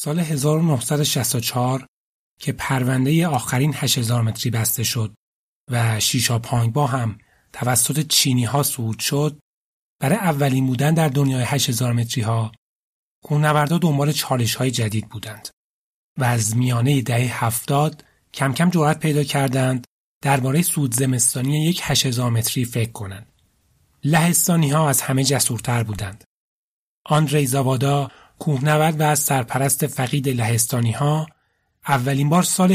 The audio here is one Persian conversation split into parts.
سال 1964 که پرونده آخرین 8000 متری بسته شد و شیشا پانگبا هم توسط چینی‌ها صعود شد، برای اولین بودن در دنیای 8000 متری‌ها کوهنوردها دنبال چالش‌های جدید بودند و از میانه دهه 70 کم کم جرأت پیدا کردند درباره صعود زمستانی یک 8000 متری فکر کنند. لهستانی‌ها از همه جسورتر بودند. آندری زاوادا، کوهنورد و سرپرست فقید لهستانی‌ها، اولین بار سال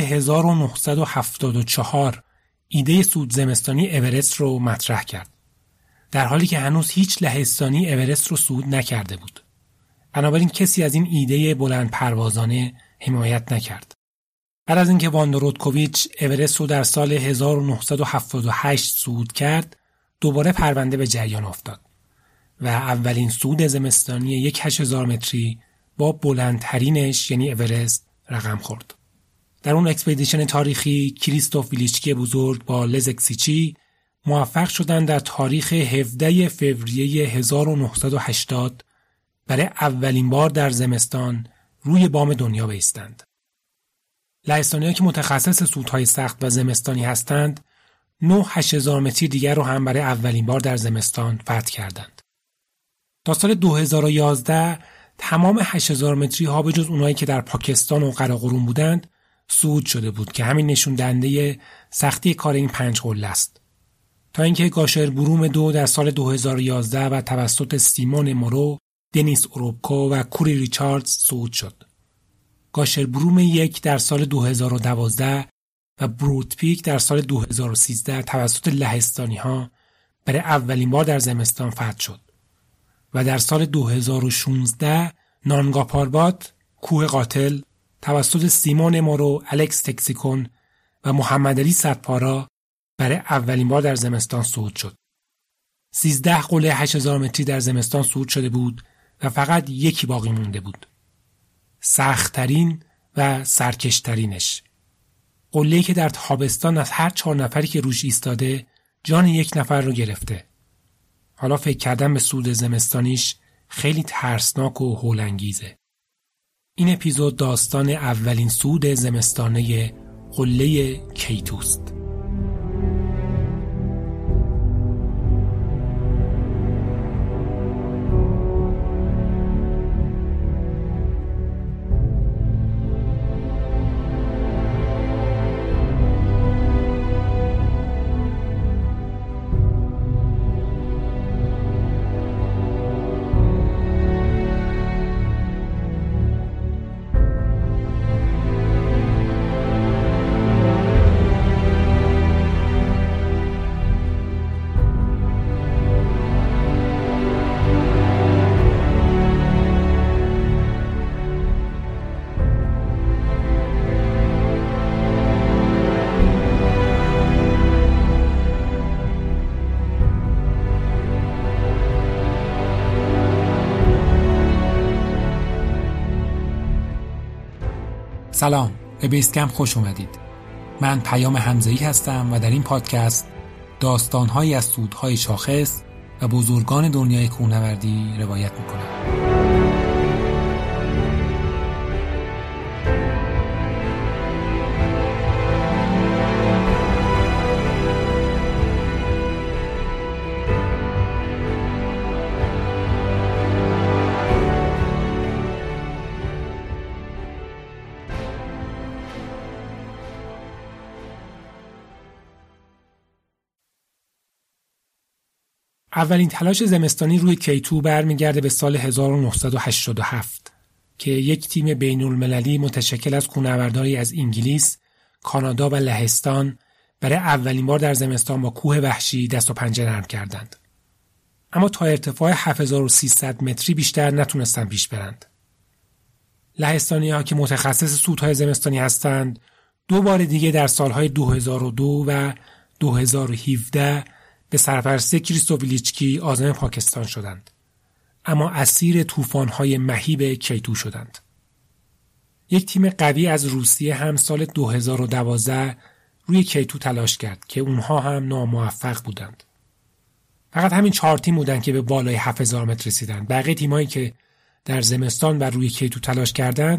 1974 ایده صعود زمستانی اورست رو مطرح کرد، در حالی که هنوز هیچ لهستانی اورست رو صعود نکرده بود. بنابراین کسی از این ایده بلند پروازانه حمایت نکرد. بعد از اینکه واندروتکوویچ اورست رو در سال 1978 صعود کرد، دوباره پرونده به جریان افتاد و اولین صعود زمستانی یک 8000 متری با بلندترینش یعنی اورست رقم خورد. در اون اکسپدیشن تاریخی کریستوف ویلیچکی بزرگ با لزکسیچی موفق شدن در تاریخ 17 فوریه 1980 برای اولین بار در زمستان روی بام دنیا بایستند. لهستانی‌ها که متخصص صعودهای سخت و زمستانی هستند، 9 8000 متری دیگر رو هم برای اولین بار در زمستان فتح کردند. تا سال 2011 تمام 8000 متری ها به جز اونایی که در پاکستان و قراقرم بودند صعود شده بود که همین نشون دهنده سختی کار این 5 قله است. تا اینکه گاشر بروم 2 در سال 2011 و توسط سیمون مورو، دنیس اوروبکو و کوری ریچاردز صعود شد. گاشر بروم 1 در سال 2012 و بروت پیک در سال 2013 توسط لهستانی ها برای اولین بار در زمستان فتح شد و در سال 2016 نانگا پاربات، کوه قاتل، توسط سیمون مورو، الکس تکسیکون و محمد علی صدپارا برای اولین بار در زمستان صعود شد. 13 قله 8000 متری در زمستان صعود شده بود و فقط یکی باقی مونده بود. سخت‌ترین و سرکش‌ترینش. قله‌ای که در تابستان از هر 4 نفری که روش ایستاده جان یک نفر رو گرفته. حالا فکر کردن به صعود زمستانیش خیلی ترسناک و هول‌انگیزه. این اپیزود داستان اولین صعود زمستانه قله کیتوست. سلام، به بیس کمپ خوش اومدید. من پیام حمزه‌ای هستم و در این پادکست داستان‌هایی از صعودهای شاخص و بزرگان دنیای کوهنوردی روایت می‌کنم. اولین تلاش زمستانی روی کیتو برمیگرده به سال 1987 که یک تیم بین‌المللی متشکل از کوهنوردانی از انگلیس، کانادا و لهستان برای اولین بار در زمستان با کوه وحشی دست و پنجه نرم کردند. اما تا ارتفاع 7300 متری بیشتر نتونستن پیش برند. لهستانی‌ها که متخصص صعودهای زمستانی هستند، 2 بار دیگه در سالهای 2002 و 2017 به سرپرستی کریستوف ویلیچکی عازم پاکستان شدند، اما اسیر طوفان‌های مهیب کیتو شدند. یک تیم قوی از روسیه هم سال 2012 روی کیتو تلاش کرد که اونها هم ناموفق بودند. فقط همین 4 تیم بودند که به بالای 7000 متر رسیدند. بقیه تیمایی که در زمستان بر روی کیتو تلاش کردند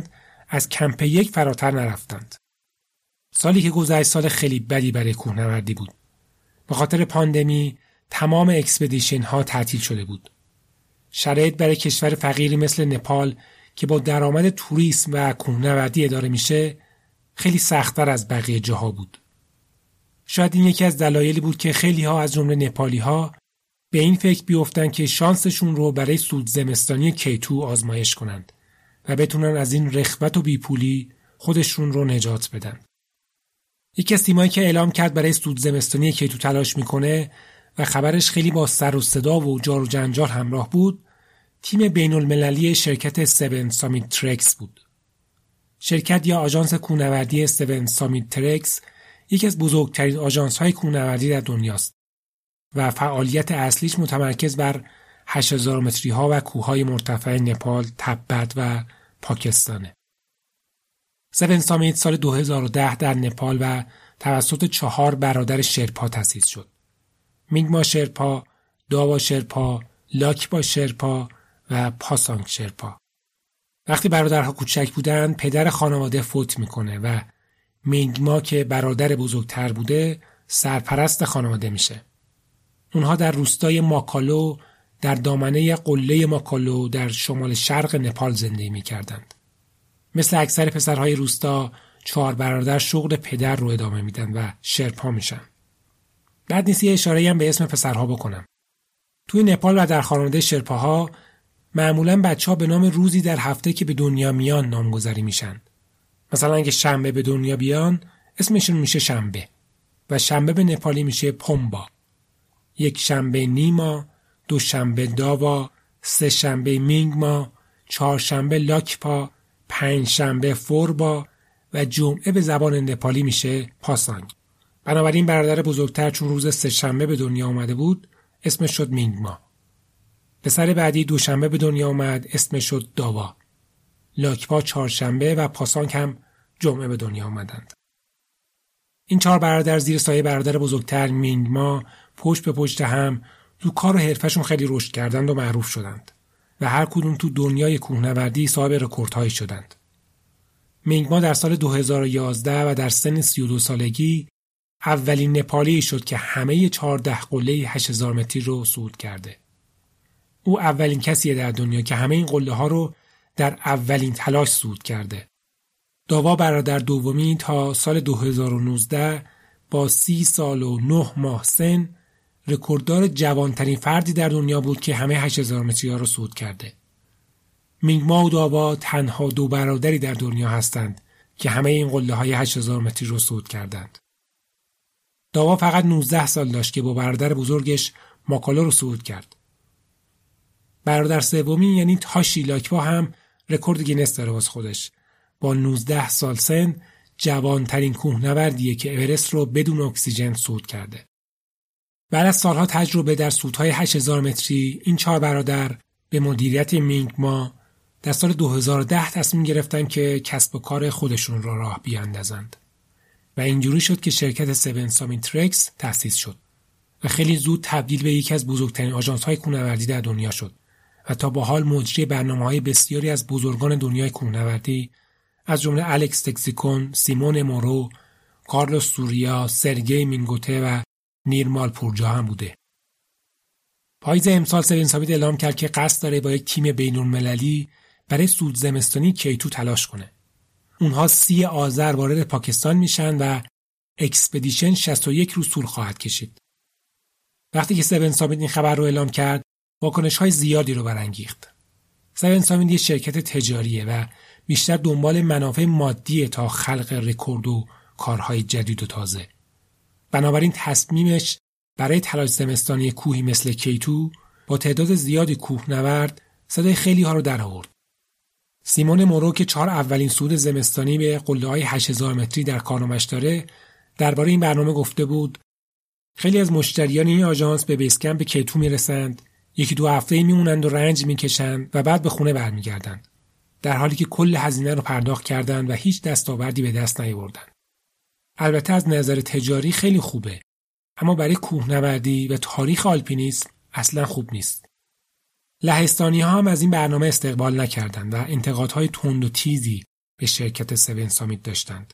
از کمپ 1 فراتر نرفتند. سالی که گذشت سال خیلی بدی برای کوهنوردی بود. به خاطر پاندمی تمام اکسپدیشن ها تعطیل شده بود. شرایط برای کشور فقیری مثل نپال که با درآمد توریسم و کوهنوردی اداره میشه خیلی سخت‌تر از بقیه جاها بود. شاید این یکی از دلایلی بود که خیلی ها از جمله نپالی ها به این فکر بیفتن که شانسشون رو برای سود زمستانی K2 آزمایش کنند و بتونن از این رخوت و بیپولی خودشون رو نجات بدن. یکی از تیمایی که اعلام کرد برای سود زمستانی K2 تلاش میکنه و خبرش خیلی با سر و صدا و جار و جنجال همراه بود، تیم بین المللی شرکت 7 سامیت ترکس بود. شرکت یا آژانس کوهنوردی 7 سامیت ترکس یکی از بزرگترین آژانس‌های کوهنوردی در دنیاست و فعالیت اصلیش متمرکز بر 8000 متری ها و کوههای مرتفع نپال، تبت و پاکستانه. 7 سامیت سال 2010 در نپال و توسط 4 برادر شرپا تأسیس شد. میگما شرپا، داوا شرپا، لاکپا شرپا و پاسانگ شرپا. وقتی برادرها کوچک بودن پدر خانواده فوت میکنه و میگما که برادر بزرگتر بوده سرپرست خانواده میشه. اونها در روستای ماکالو در دامنه قله ماکالو در شمال شرق نپال زندگی میکردند. مثل اکثر پسرهای روستا 4 برادر شغل پدر رو ادامه میدن و شرپا میشن. بعد نیست یه اشاره‌ای هم به اسم پسرها بکنم. توی نپال و در خانواده شرپاها معمولاً بچه‌ها به نام روزی در هفته که به دنیا میان نامگذاری میشن. مثلا اگه شنبه به دنیا بیان اسمشون میشه شنبه و شنبه به نپالی میشه پومبا. یک شنبه نیما، 2 شنبه داوا، 3 شنبه میگما، 4 شنبه لاکپا، 5 شنبه فوربا و جمعه به زبان نپالی میشه پاسانگ. بنابراین برادر بزرگتر چون روز 3 شنبه به دنیا اومده بود اسمش شد میگما. پسر بعدی 2 شنبه به دنیا اومد اسمش شد داوا. لاکپا 4 شنبه و پاسانگ هم جمعه به دنیا اومدند. این 4 برادر زیر سایه برادر بزرگتر میگما پشت به پشت هم تو کار و حرفشون خیلی رشد کردند و معروف شدند و هر کدوم تو دنیای کوهنوردی صاحب رکوردهایی شدند. میگما در سال 2011 و در سن 32 سالگی اولین نپالی شد که همه 14 قله 8000 متری رو صعود کرده. او اولین کسیه در دنیا که همه این قله ها رو در اولین تلاش صعود کرده. داوا برادر دومی تا سال 2019 با 30 سال و 9 ماه سن رکورددار جوانترین فردی در دنیا بود که همه 8000 متری ها رو صعود کرده. میگما و داوا تنها 2 برادری در دنیا هستند که همه این قله های 8000 متری رو صعود کردند. داوا فقط 19 سال داشت که با برادر بزرگش ماکالو رو صعود کرد. برادر سومی یعنی تاشی لاکپا هم رکورد گینس داره واسه خودش. با 19 سال سن جوانترین کوهنوردیه که اورست رو بدون اکسیژن صعود کرده. بعد از سالها تجربه در صعودهای 8000 متری این 4 برادر به مدیریت میگما در سال 2010 تصمیم گرفتن که کسب و کار خودشون را راه بیاندازند و اینجوری شد که شرکت 7 سامیت ترکس تأسیس شد و خیلی زود تبدیل به یکی از بزرگترین آژانس‌های کوهنوردی در دنیا شد و تا به حال مجری برنامه‌های بسیاری از بزرگان دنیای کوهنوردی از جمله الکس تکسیکون، سیمون مورو، کارلوس سوریا، سرگئی مینگوته و نیرمال پورجا هم بوده. پاییز امسال 7 سامیت اعلام کرد که قصد داره با یک تیم بین‌المللی برای سود زمستانی K2 تلاش کنه. اونها 30 آذر وارد پاکستان میشن و اکسپدیشن 61 روز طول خواهد کشید. وقتی که 7 سامیت این خبر رو اعلام کرد، واکنش‌های زیادی رو برانگیخت. 7 سامیت یه شرکت تجاریه و بیشتر دنبال منافع مادیه تا خلق رکورد و کارهای جدید و تازه. بنابراین تصمیمش برای تلاش زمستانی کوهی مثل K2 با تعداد زیادی کوهنورد صدای خیلی ها رو در آورد. سیمون مورو که 4 اولین صعود زمستانی به قله‌های 8000 متری در کارنامه‌اش داره، درباره این برنامه گفته بود: خیلی از مشتریان این آژانس به بیس کمپ K2 میرسند، 1-2 هفته میمونند و رنج میکشند و بعد به خونه برمیگردند، در حالی که کل هزینه رو پرداخت کردند و هیچ دستاوردی به دست نیاوردند. البته از نظر تجاری خیلی خوبه، اما برای کوهنوردی و تاریخ آلپینیسم اصلا خوب نیست. لهستانی‌ها هم از این برنامه استقبال نکردند و انتقادهای تند و تیزی به شرکت 7 سامیت داشتند.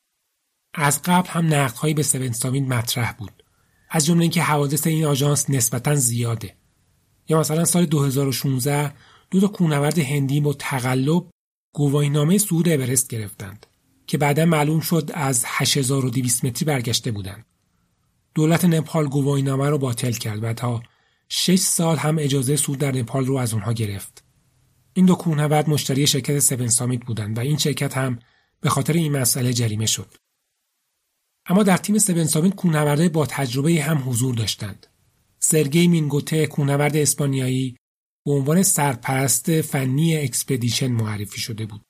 از قبل هم نقدهایی به 7 سامیت مطرح بود. از جمله اینکه حوادث این آژانس نسبتاً زیاده. یا مثلا سال 2016 2 کوهنورد هندی با تقلب گواهینامه صعود اورست گرفتند که بعدا معلوم شد از 8200 متری برگشته بودند. دولت نپال گواهینامه رو باطل کرد و تا 6 سال هم اجازه صعود در نپال رو از اونها گرفت. این 2 کوهنورد مشتری شرکت 7 سامیت بودند و این شرکت هم به خاطر این مسئله جریمه شد. اما در تیم 7 سامیت کوهنوردای با تجربه هم حضور داشتند. سرگئی مینگوته کوهنورد اسپانیایی به عنوان سرپرست فنی اکسپدیشن معرفی شده بود.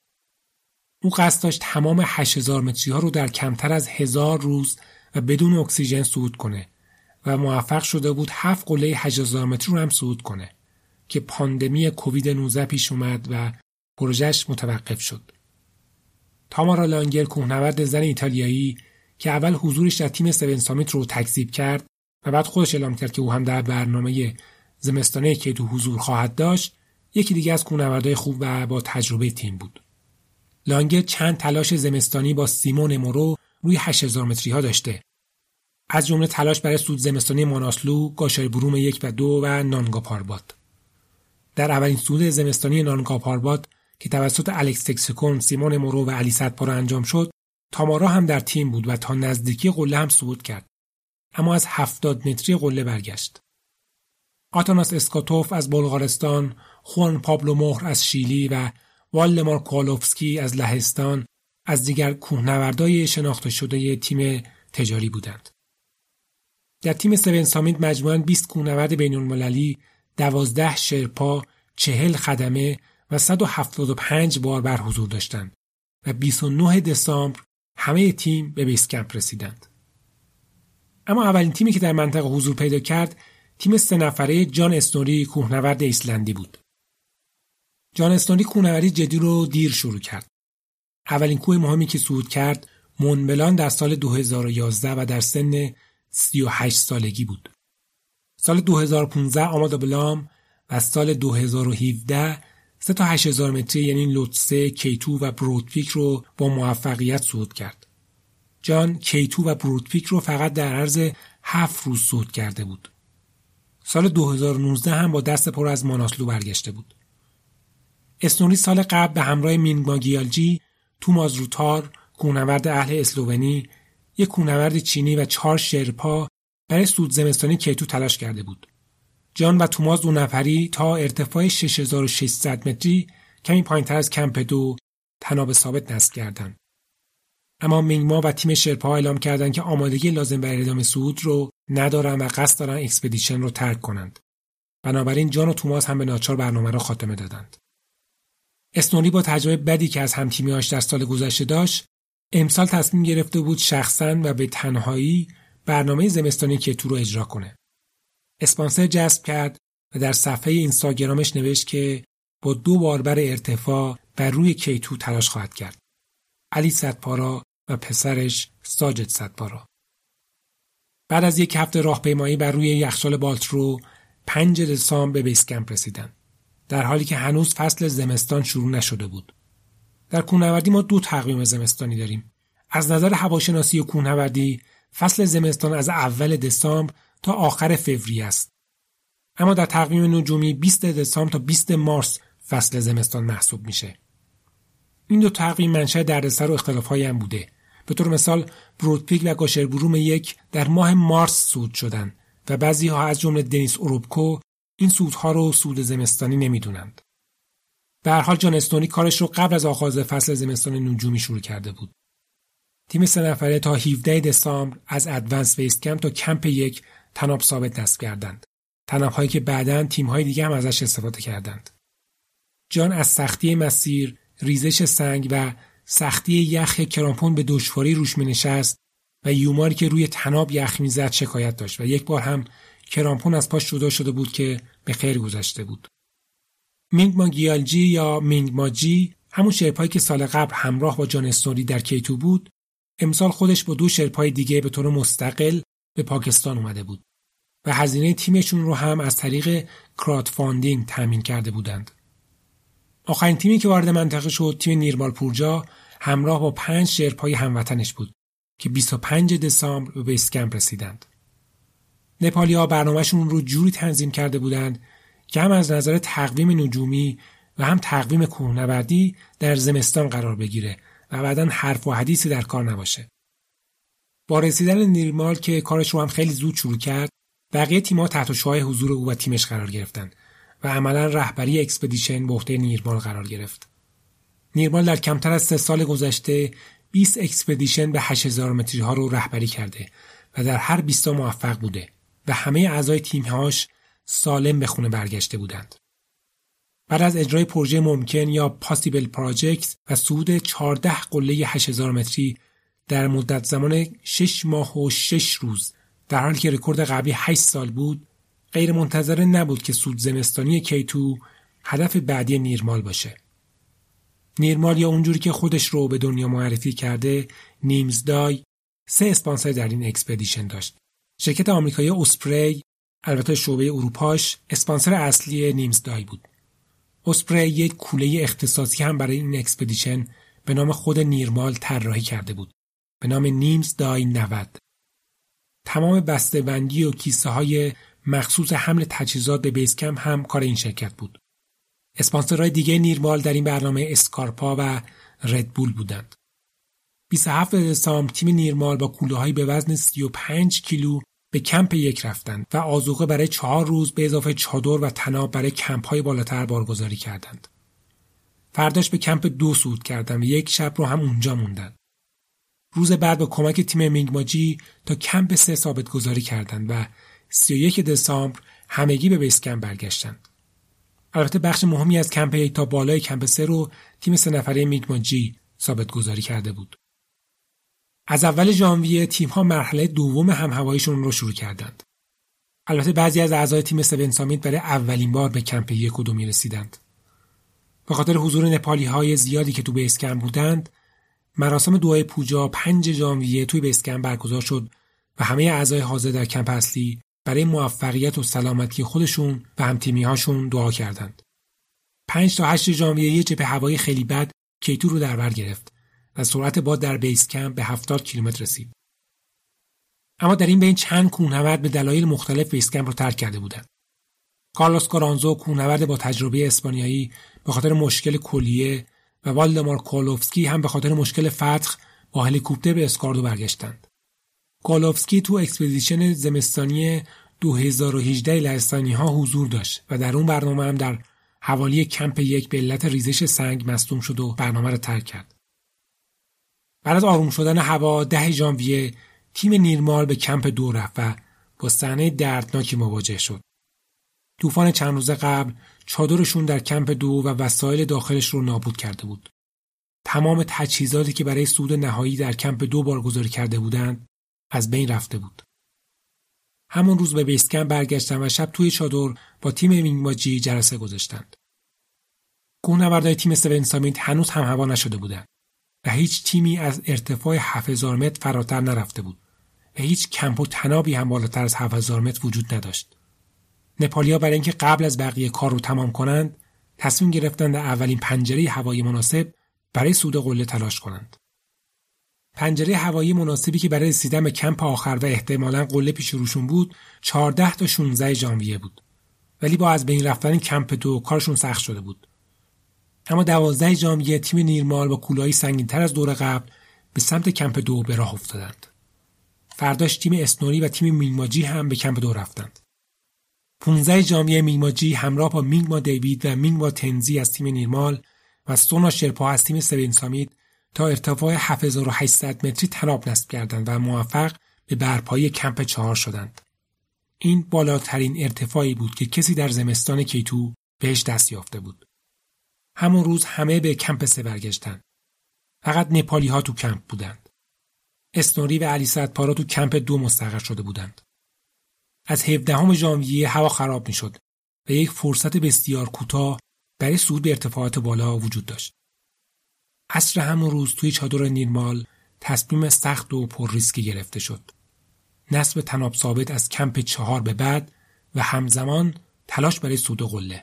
او قصد داشت تمام 8000 متری ها رو در کمتر از 1000 روز و بدون اکسیژن صعود کنه و موفق شده بود 7 قله 8000 متری رو هم صعود کنه که پاندمی کووید 19 پیش اومد و پروژهش متوقف شد. تامارا لانگر کوهنورد زن ایتالیایی که اول حضورش در تیم 7 سامیت رو تکذیب کرد و بعد خودش اعلام کرد که او هم در برنامه زمستانه کیتو حضور خواهد داشت، یکی دیگه از کوهنوردای خوب و با تجربه تیم بود. لانگر چند تلاش زمستانی با سیمون مورو روی 8000 متری ها داشته. از جمله تلاش برای صعود زمستانی ماناسلو، گاشاربروم 1 و 2 و نانگا پاربات. در اولین صعود زمستانی نانگا پاربات که توسط الکس تکسیکون، سیمون مورو و علی صدپارا انجام شد، تامارا هم در تیم بود و تا نزدیکی قله هم صعود کرد. اما از 70 متری قله برگشت. آتاناس اسکاتوف از بلغارستان، خوان پابلو مهر از شیلی و والدمار کوالوفسکی از لهستان از دیگر کوهنوردای شناخته شده تیم تجاری بودند. در تیم 7 سامیت مجموعاً 20 کوهنورد بین‌المللی، 12 شرپا، 40 خدمه و 175 باربر حضور داشتند و 29 دسامبر همه تیم به بیس کمپ رسیدند. اما اولین تیمی که در منطقه حضور پیدا کرد تیم 3 نفره جان اسنوری کوهنورد ایسلندی بود. جان اسنوری کوهنوردی جدی رو دیر شروع کرد. اولین کوه مهمی که صعود کرد مونبلان در سال 2011 و در سن 38 سالگی بود. سال 2015 آمادابلام و سال 2017 3 تا 8000 متری یعنی لوتسه، کیتو و برودپیک رو با موفقیت صعود کرد. جان کیتو و برودپیک رو فقط در عرض 7 روز صعود کرده بود. سال 2019 هم با دست پر از ماناسلو برگشته بود. اسنوری سال قبل به همراه مینگما گیالجی، توماز روتار، کوهنورد اهل اسلوونی، یک کوهنورد چینی و 4 شرپا برای صعود زمستانی کیتو تلاش کرده بود. جان و توماز 2 نفری تا ارتفاع 6600 متری کمی پایین‌تر از کمپ 2 تناب ثابت نصب کردند. اما مینگما و تیم شرپا اعلام کردند که آمادگی لازم برای ادامه صعود رو ندارن و قصد دارن اکسپدیشن رو ترک کنند. بنابراین جان و توماس هم به ناچار برنامه را خاتمه دادند. اسنوری با تجربه بدی که از هم‌تیمی‌هاش در سال گذشته داشت، امسال تصمیم گرفته بود شخصاً و به تنهایی برنامه زمستانی کیتو رو اجرا کنه. اسپانسر جذب کرد و در صفحه اینستاگرامش نوشت که با 2 باربر ارتفاع بر روی کیتو تلاش خواهد کرد. علی صدپارا و پسرش ساجد صدپارا. بعد از 1 هفته راهپیمایی بر روی یخچال بالترو 5 دسامبر به بیس کمپ رسیدند. در حالی که هنوز فصل زمستان شروع نشده بود. در کوهنوردی ما 2 تقویم زمستانی داریم. از نظر هواشناسی و کوهنوردی فصل زمستان از اول دسامبر تا آخر فوریه است. اما در تقویم نجومی 20 دسامبر تا 20 مارس فصل زمستان محسوب میشه. این 2 تقویم منشأ دردسر و اختلاف‌هایی هم بوده. به طور مثال برودپیک و گاشاربروم 1 در ماه مارس صعود شدند و بعضی‌ها از جمله دنیس اوروبکو این صعودها رو صعود زمستانی نمیدونند. به هر حال جان اسنوری کارش رو قبل از آغاز فصل زمستان نجومی شروع کرده بود. تیم 3 نفره تا 17 دسامبر از ادوانس بیس کمپ تا کمپ 1 تناب ثابت نصب کردند. تناب‌هایی که بعداً تیم‌های دیگه هم ازش استفاده کردند. جان از سختی مسیر، ریزش سنگ و سختی یخ کرامپون به دشواری روش می‌نشست و یوماری که روی تناب یخ می‌زد شکایت داشت و یک بار هم کرامپون از پاش جدا شده بود که به خیر گذشته بود. مینگما گیالجی یا مینگماجی، همون شرپایی که سال قبل همراه با جان اسنوری در کیتو بود، امسال خودش با 2 شرپای دیگه به طور مستقل به پاکستان اومده بود و هزینه تیمشون رو هم از طریق کراودفاندینگ تامین کرده بودند. آخرین تیمی که وارد منطقه شد تیم نیرمال پورجا همراه با 5 شرپای هموطنش بود که 25 دسامبر به بیس کمپ رسیدند. نپالی‌ها برنامه‌شون رو جوری تنظیم کرده بودند که هم از نظر تقویم نجومی و هم تقویم کوهنوردی در زمستان قرار بگیره و بعداً حرف و حدیثی در کار نباشه. با رسیدن نیرمال که کارش رو هم خیلی زود شروع کرد، بقیه تیم‌ها تحت شعاع حضور او و تیمش قرار گرفتن و عملاً رهبری اکسپدیشن به عهده نیرمال قرار گرفت. نیرمال در کمتر از 3 سال گذشته 20 اکسپدیشن به 8000 متری ها رو رهبری کرده و در هر 20 تا موفق بوده و همه اعضای تیم‌هاش سالم به خونه برگشته بودند. بعد از اجرای پروژه ممکن یا پاسیبل پراجکت و صعود 14 قله 8000 متری در مدت زمان 6 ماه و 6 روز، در حالی که رکورد قبلی 8 سال بود، غیر منتظره نبود که صعود زمستانی K2 هدف بعدی نیرمال باشه. نیرمال یا اونجوری که خودش رو به دنیا معرفی کرده، نیمزدای، 3 اسپانسر در این اکسپدیشن داشت. شرکت آمریکایی اسپری، البته شعبه اروپاش، اسپانسر اصلی نیمزدای بود. اسپری یک کوله اختصاصی هم برای این اکسپدیشن به نام خود نیرمال طراحی کرده بود، به نام نیمزدای 90. تمام بسته‌بندی و کیسه‌های مخصوص حمل تجهیزات به بیس کمپ هم کار این شرکت بود. اسپانسرهای دیگه نیرمال در این برنامه اسکارپا و ردبول بودند. 27 دسامبر تیم نیرمال با کوله‌هایی به وزن 35 کیلو به کمپ 1 رفتند و آذوقه برای 4 روز به اضافه چادر و طناب برای کمپ‌های بالاتر بارگذاری کردند. فرداش به کمپ 2 صعود کردند و 1 شب رو هم اونجا موندند. روز بعد با کمک تیم مینگماجی تا کمپ 3 ثابت گذاری کردند و 31 دسامبر همگی به بیس کمپ برگشتند. البته بخش مهمی از کمپ 1 تا بالای کمپ 3 رو تیم 3 نفره مینگماجی ثابت گذاری کرده بود. از اول ژانویه تیم‌ها مرحله دوم همهواییشون رو شروع کردند. البته بعضی از اعضای تیم 7 سامیت برای اولین بار به کمپ 1 و 2 می‌رسیدند. به خاطر حضور نپالی‌های زیادی که تو بیس کمپ بودند، مراسم دعای پوجا 5 ژانویه توی بیس کمپ برگزار شد و همه اعضای حاضر در کمپ اصلی برای موفقیت و سلامتی خودشون و هم‌تیمی‌هاشون دعا کردند. 5 تا 8 ژانویه یه جبهه هوایی خیلی بد K2 رو در بر گرفت و سرعت باد در بیس کمپ به 70 کیلومتر رسید. اما در این بین چند کوهنورد به دلایل مختلف بیس کمپ رو ترک کرده بودند. کارلوس کارانزو، کوهنورد با تجربه اسپانیایی، به خاطر مشکل کلیه و والدمار کولوفسکی هم به خاطر مشکل فتق با هلیکوپتر به اسکاردو برگشتند. کولوفسکی تو اکسپدیشن زمستانی 2018 لهستانی‌ها حضور داشت و در اون برنامه هم در حوالی کمپ 1 به علت ریزش سنگ مصدوم شد و برنامه را ترک کرد. بعد از آروم شدن هوا 10 ژانویه تیم نیرمال به کمپ 2 رفت و با صحنه دردناکی مواجه شد. طوفان چند روز قبل چادرشون در کمپ 2 و وسایل داخلش رو نابود کرده بود. تمام تجهیزاتی که برای صعود نهایی در کمپ 2 بارگذاری کرده بودند از بین رفته بود. همون روز به بیس کمپ برگشتن و شب توی چادر با تیم مینگماجی جلسه گذاشتند. کوهنوردای تیم 7 سامیت هنوز هم هوا نشده بودند و هیچ تیمی از ارتفاع 7000 متر فراتر نرفته بود و هیچ کمپ و طنابی هم بالاتر از 7000 متر وجود نداشت. نپالیا برای اینکه قبل از بقیه کار رو تمام کنند تصمیم گرفتند در اولین پنجره هوایی مناسب برای صعود قله تلاش کنند. پنجره هوایی مناسبی که برای رسیدن به کمپ آخر و احتمالاً قله پیش روشون بود 14 تا 16 ژانویه بود. ولی با از بین رفتن کمپ 2 کارشون سخت شده بود. اما 12 ژانویه تیم نیرمال با کوله‌های سنگین‌تر از دور قبل به سمت کمپ 2 به راه افتادند. فرداش تیم اسنوری و تیم مینگماجی هم به کمپ 2 رفتند. 15 ژانویه مینگماجی همراه با مینگما دیوید و مینگما تنزی از تیم نیرمال و سونا شرپا از تیم 7 سامیت تا ارتفاع 7800 متری طناب نصب کردند و موفق به برپایی کمپ 4 شدند. این بالاترین ارتفاعی بود که کسی در زمستان K2 بهش دست یافته بود. همون روز همه به کمپ 3 برگشتند. فقط نپالی‌ها تو کمپ بودند. اسنوری و علی صدپارا تو کمپ 2 مستقر شده بودند. از 17 ژانویه هوا خراب میشد و یک فرصت بسیار کوتاه برای صعود به ارتفاعات بالا وجود داشت. عصر همون روز توی چادر نیرمال تصمیم سخت و پر ریسکی گرفته شد. نصب طناب ثابت از کمپ 4 به بعد و همزمان تلاش برای صعود قله.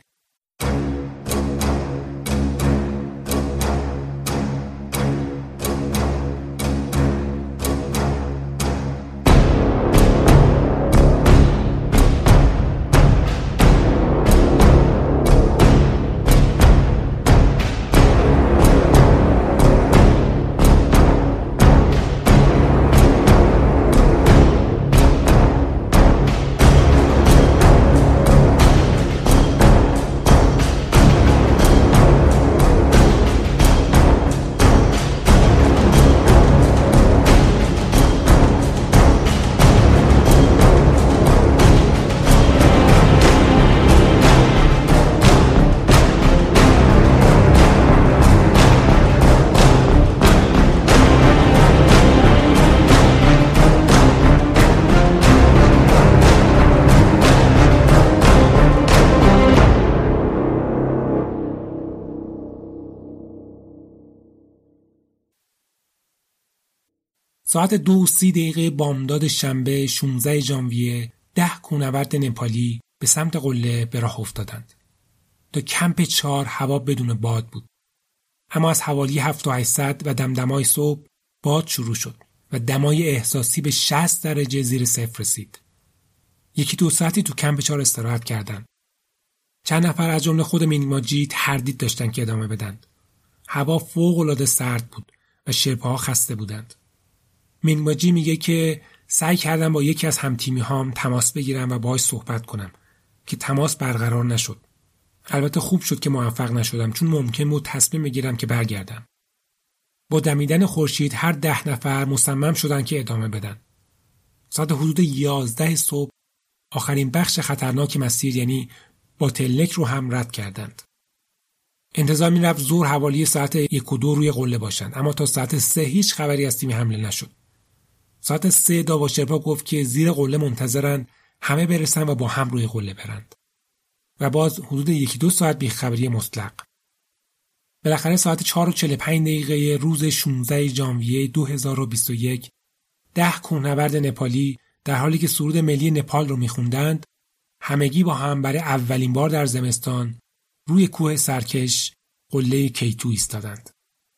ساعت 2:30 بامداد شنبه 16 ژانویه 10 کوهنورد نپالی به سمت قله به راه افتادند. تا کمپ 4 هوا بدون باد بود. اما از حوالی 7800 و دمدمای صبح باد شروع شد و دمای احساسی به 60 درجه زیر صفر رسید. 1-2 ساعتی تو کمپ 4 استراحت کردند. چند نفر از جمله خود مینگماجی تردید داشتن که ادامه بدن. هوا فوق‌العاده سرد بود و شرپاها خسته بودند. مینگماجی میگه که سعی کردم با یکی از همتیمی‌هام تماس بگیرم و باهاش صحبت کنم که تماس برقرار نشد. البته خوب شد که موفق نشدم چون ممکن بود تصمیم بگیرم که برگردم. با دمیدن خورشید هر 10 نفر مصمم شدن که ادامه بدن. ساعت حدود 11 صبح آخرین بخش خطرناک مسیر یعنی باتلنک رو هم رد کردند. انتظار می‌رفت ظهر حوالی ساعت 1-2 روی قله باشند، اما تا ساعت 3 هیچ خبری از تیم حمله نشد. ساعت 3 داوا شرپا گفت که زیر قله منتظرن همه برسن و با هم روی قله برند. و باز حدود 1-2 ساعت بی‌خبری مطلق. بالاخره ساعت 4:45 روز 16 ژانویه 2021 10 کوهنورد نپالی در حالی که سرود ملی نپال رو می‌خوندند، همگی با هم برای اولین بار در زمستان روی کوه سرکش قله K2 ایستادند.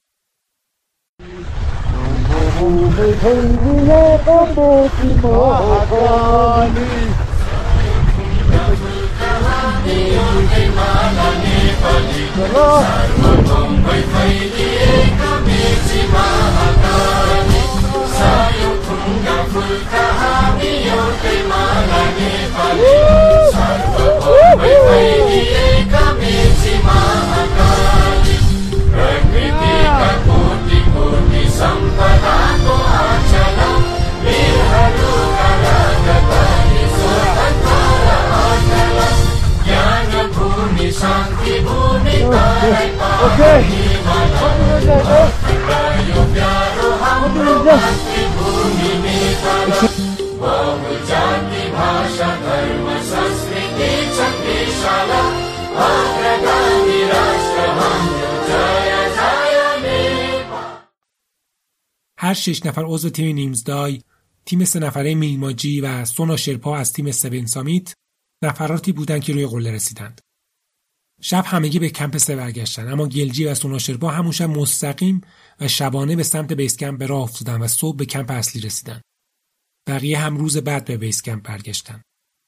هر 6 نفر عضو تیم نیمزدای، تیم 3 نفره مینگماجی و سونا شرپا از تیم 7 سامیت نفراتی بودند که روی قله رسیدند. شب همگی به کمپ 3 برگشتند، اما گلجی و سونا شرپا همون شب مستقیم و شبانه به سمت بیس کمپ به راه افتادند و صبح به کمپ اصلی رسیدند. بقیه هم روز بعد به بیس کمپ برگشتند.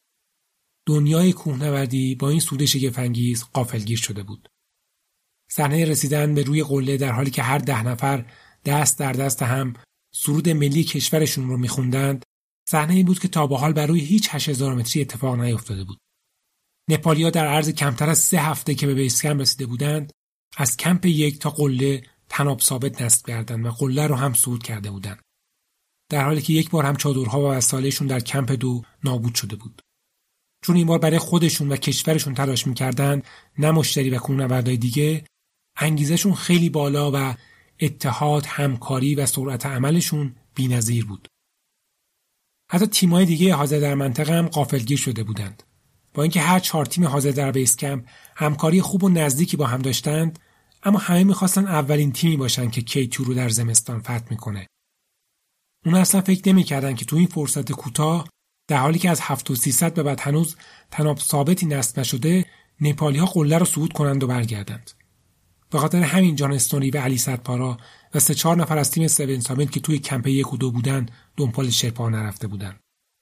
دنیای کوهنوردی با این سود شگفت‌انگیز غافلگیر شده بود. صحنه رسیدن به روی قله در حالی که هر 10 نفر دست در دست هم سرود ملی کشورشون رو می‌خوندند، صحنه‌ای بود که تا به حال بر روی هیچ 8000 متری اتفاق نیفتاده بود. نپالیا در عرض کمتر از 3 هفته که به بیس کمپ رسیده بودند، از کمپ 1 تا قله تناب ثابت نصب کردند و قله رو هم صعود کرده بودند. در حالی که یک بار هم چادرها و وسایلشون در کمپ 2 نابود شده بود. چون این بار برای خودشون و کشورشون تلاش می‌کردند، نه مشتری و کوهنوردای دیگه، انگیزشون خیلی بالا و اتحاد، همکاری و سرعت عملشون بی‌نظیر بود. حتی تیم‌های دیگه حاضر در منطقه هم غافلگیر شده بودند. با اینکه هر 4 تیم حاضر در بیس کمپ همکاری خوب و نزدیکی با هم داشتند، اما همه می‌خواستن اولین تیمی باشن که K2 رو در زمستان فتح می‌کنه. اونا اصلا فکر نمی‌کردن که تو این فرصت کوتاه، در حالی که از 7300 به بعد هنوز تناب ثابتی نصب نشده، نپالی‌ها قله رو صعود کنند و برگردند. به خاطر همین جان استونی و علی صدپارا و 3-4 نفر از تیم 7 سامیت که توی کمپ 1 و 2 بودن دنبال شرپا نرفته بودن.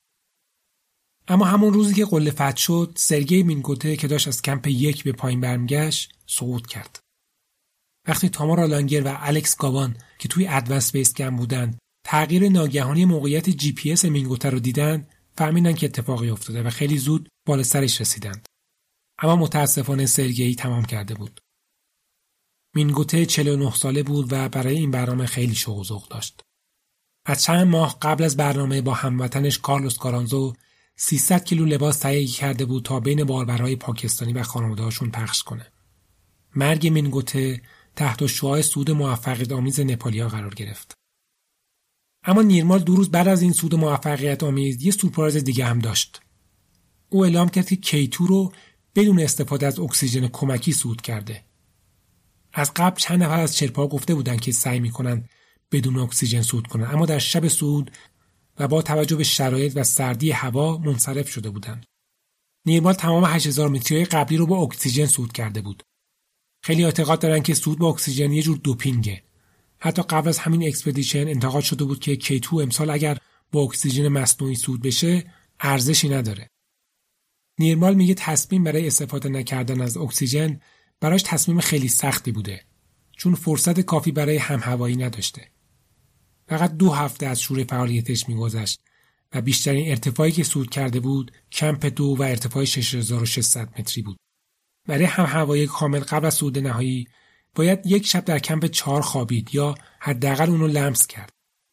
اما همون روزی که قله فتح شد، سرگئی مینگوته که داشت از کمپ 1 به پایین برمیگشت صعود کرد. وقتی تامارا لانگر و الکس گاوان که توی ادوانس بیس کمپ بودن تغییر ناگهانی موقعیت جی پی اس مینگوته رو دیدن، فهمیدن که اتفاقی افتاده و خیلی زود بالا سرش رسیدند. اما متاسفانه سرگئی تمام کرده بود. مینگوته 49 ساله بود و برای این برنامه خیلی شوق و ذوق داشت. از چند ماه قبل از برنامه با هموطنش کارلوس کارانزو 300 کیلو لباس تهیه کرده بود تا بین باربرهای پاکستانی و خانواده‌هاشون پخش کنه. مرگ مینگوته تحت شعاع صعود موفقیت‌آمیز نپالیا قرار گرفت. اما نیرمال 2 روز بعد از این صعود موفقیت آمیز یه سورپرایز دیگه هم داشت. او اعلام کرد که K2 رو بدون استفاده از اکسیژن کمکی صعود کرده. از قبل چند نفر از شرپاها گفته بودن که سعی میکنن بدون اکسیژن صعود کنند، اما در شب صعود و با توجه به شرایط و سردی هوا منصرف شده بودند. نیرمال تمام 8000 متری قبلی رو با اکسیژن صعود کرده بود. خیلی اعتقاد دارن که صعود با اکسیژن یه جور دوپینگه. حتی قبل از همین اکسپدیشن انتقاد شده بود که K2 امسال اگر با اکسیژن مصنوعی صعود بشه ارزشی نداره. نیرمال میگه تصمیم برای استفاده نکردن از اکسیژن براش تصمیم خیلی سختی بوده، چون فرصت کافی برای همهوایی نداشته. فقط 2 هفته از شروع فعالیتش میگذشت و بیشترین ارتفاعی که صعود کرده بود کمپ 2 و ارتفاع 6600 متری بود. برای همهوایی کامل قبل از صعود نهایی باید 1 شب در کمپ 4 خوابید یا حداقل اونو لمس کرد.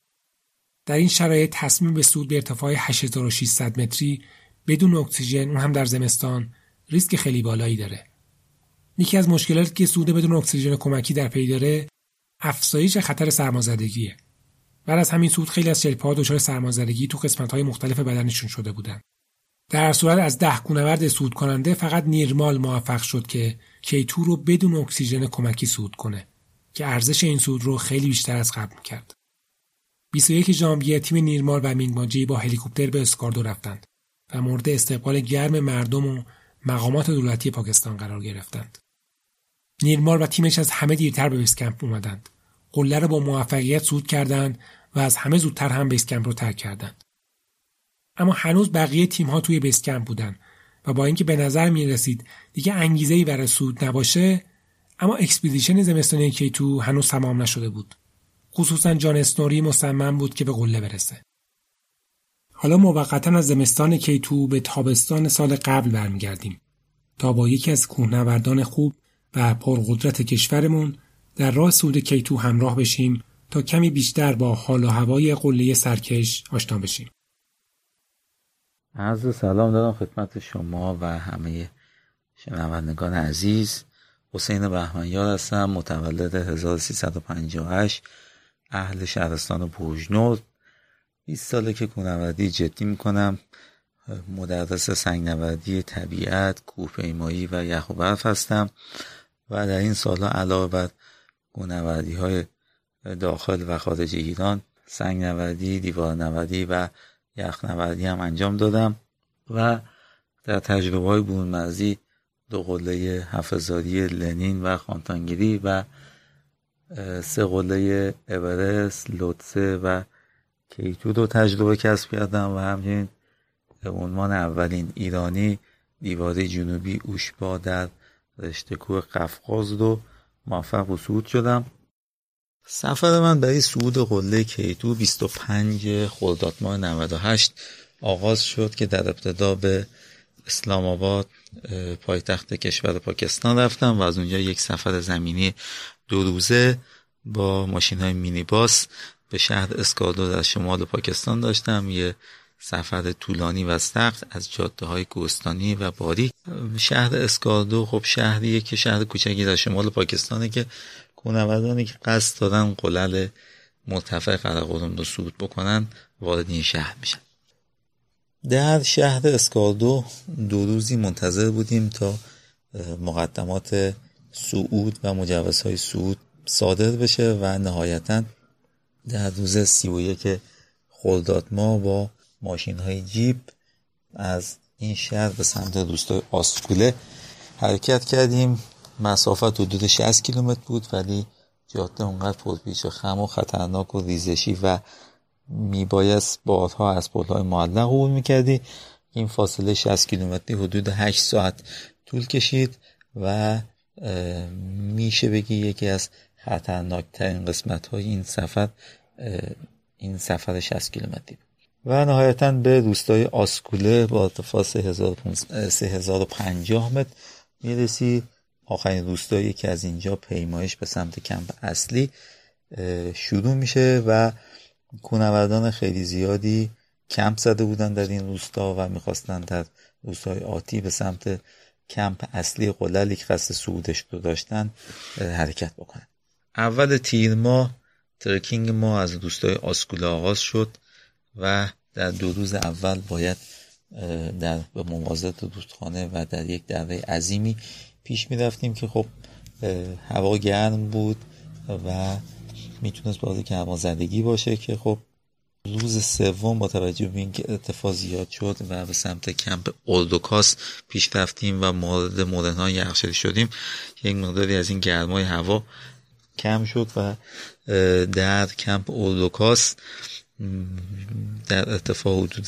در این شرایط تصمیم به صعود به ارتفاع 8600 متری بدون اکسیژن، اون هم در زمستان، ریسک خیلی بالایی داره. یکی از مشکلاتی که صعود بدون اکسیژن کمکی در پی داره افزایش خطر سرمازدگیه. بعد از همین صعود خیلی از شرپاها دچار سرمازدگی تو قسمت‌های مختلف بدنشون شده بودن. در صورت از 10 کوهنورد صعود کننده فقط نیرمال موفق شد که K2 رو بدون اکسیژن کمکی صعود کنه که ارزش این صعود رو خیلی بیشتر از قبل کرد. 21 ژانویه تیم نیرمال و مینگماجی با هلیکوپتر به اسکاردو رفتند و مورد استقبال گرم مردم و مقامات دولتی پاکستان قرار گرفتند. نیرمال و تیمش از همه دیرتر به بیس کمپ اومدند. قله رو با موفقیت صعود کردند و از همه زودتر هم بیس کمپ رو ترک کردند. اما هنوز بقیه تیم‌ها توی بیس کمپ بودن و با اینکه به نظر می‌رسید دیگه انگیزه‌ای برای صعود نباشه، اما اکسپدیشن زمستانی K2 هنوز تمام نشده بود. خصوصا جان اسنوری مصمم بود که به قله برسه. حالا موقتا از زمستان K2 به تابستان سال قبل برمیگردیم تا با یکی از کوهنوردان خوب و پرقدرت کشورمون در راه صعود K2 همراه بشیم تا کمی بیشتر با حال و هوای قله سرکش آشنا بشیم. عرض سلام دارم خدمت شما و همه شنوندگان عزیز. حسین بهمنیار هستم، متولد 1358، اهل شهرستان بوجنور. 20 ساله که کوهنوردی جدی میکنم. مدرس سنگنوردی طبیعت، کوهپیمایی و یخ و برف هستم و در این سالها علاوه بر کوهنوردی‌های داخل و خارج ایران، سنگنوردی، دیوارنوردی و یخنوردی هم انجام دادم و در تجربه‌های برون‌مرزی 2 قله 7000 لنین و خانتانگیری و 3 قله اورست، لوتسه و K2 رو تجربه کسب کردم و همچنین عنوان اولین ایرانی دیواره جنوبی اوشبا در رشته کوه قفقاز رو موفق به صعود شدم. سفر من برای صعود قله K2 25 خرداد ماه 98 آغاز شد که در ابتدا به اسلام آباد پایتخت کشور پاکستان رفتم و از اونجا یک سفر زمینی 2 روزه با ماشین‌های مینی باس به شهر اسکاردو در شمال پاکستان داشتم. یه سفر طولانی و سخت از جاده‌های کوهستانی و باریک. شهر اسکاردو خب شهریه که شهر کوچکی در شمال پاکستانه که کوهنوردانی که قصد دارن قلل مرتفع قراقرم رو صعود بکنن وارد این شهر میشن. در شهر اسکاردو 2 روزی منتظر بودیم تا مقدمات صعود و مجوزهای صعود صادر بشه و نهایتاً در روز 31 خرداد ماه با ماشین‌های جیپ از این شهر به سمت روستای آسکوله حرکت کردیم. مسافت حدود 60 کیلومتر بود ولی جاده اونقدر پرپیچ و خم و خطرناک و ریزشی و میبایست بارها از پل‌های معلق عبور میکردی. این فاصله 60 کیلومتری حدود 8 ساعت طول کشید و میشه بگی یکی از خطرناکترین قسمت‌های این سفر 60 کیلومتری و نهایتاً به روستای آسکوله با ارتفاع 3050 متر میرسی. آخرین روستایی که از اینجا پیمایش به سمت کمپ اصلی شروع میشه و کوهنوردان خیلی زیادی کمپ زده بودن در این روستا و میخواستن در روستای آتی به سمت کمپ اصلی قللی که قصد صعودش رو داشتن حرکت بکنن. اول تیر ماه ترکینگ ما از روستای آسکوله آغاز شد و در 2 روز اول باید به موازات رودخانه و در یک دره عظیمی پیش می رفتیم که خب هوا گرم بود و میتونست بازی گرمازدگی باشه که خب روز سوم با توجه به اینکه ارتفاع زیاد شد و به سمت کمپ اولدوکاس پیش رفتیم و مورد مورن‌ها یخچالی شدیم، یک مقداری از این گرمای هوا کم شد و در کمپ اولدوکاس در ارتفاع حدود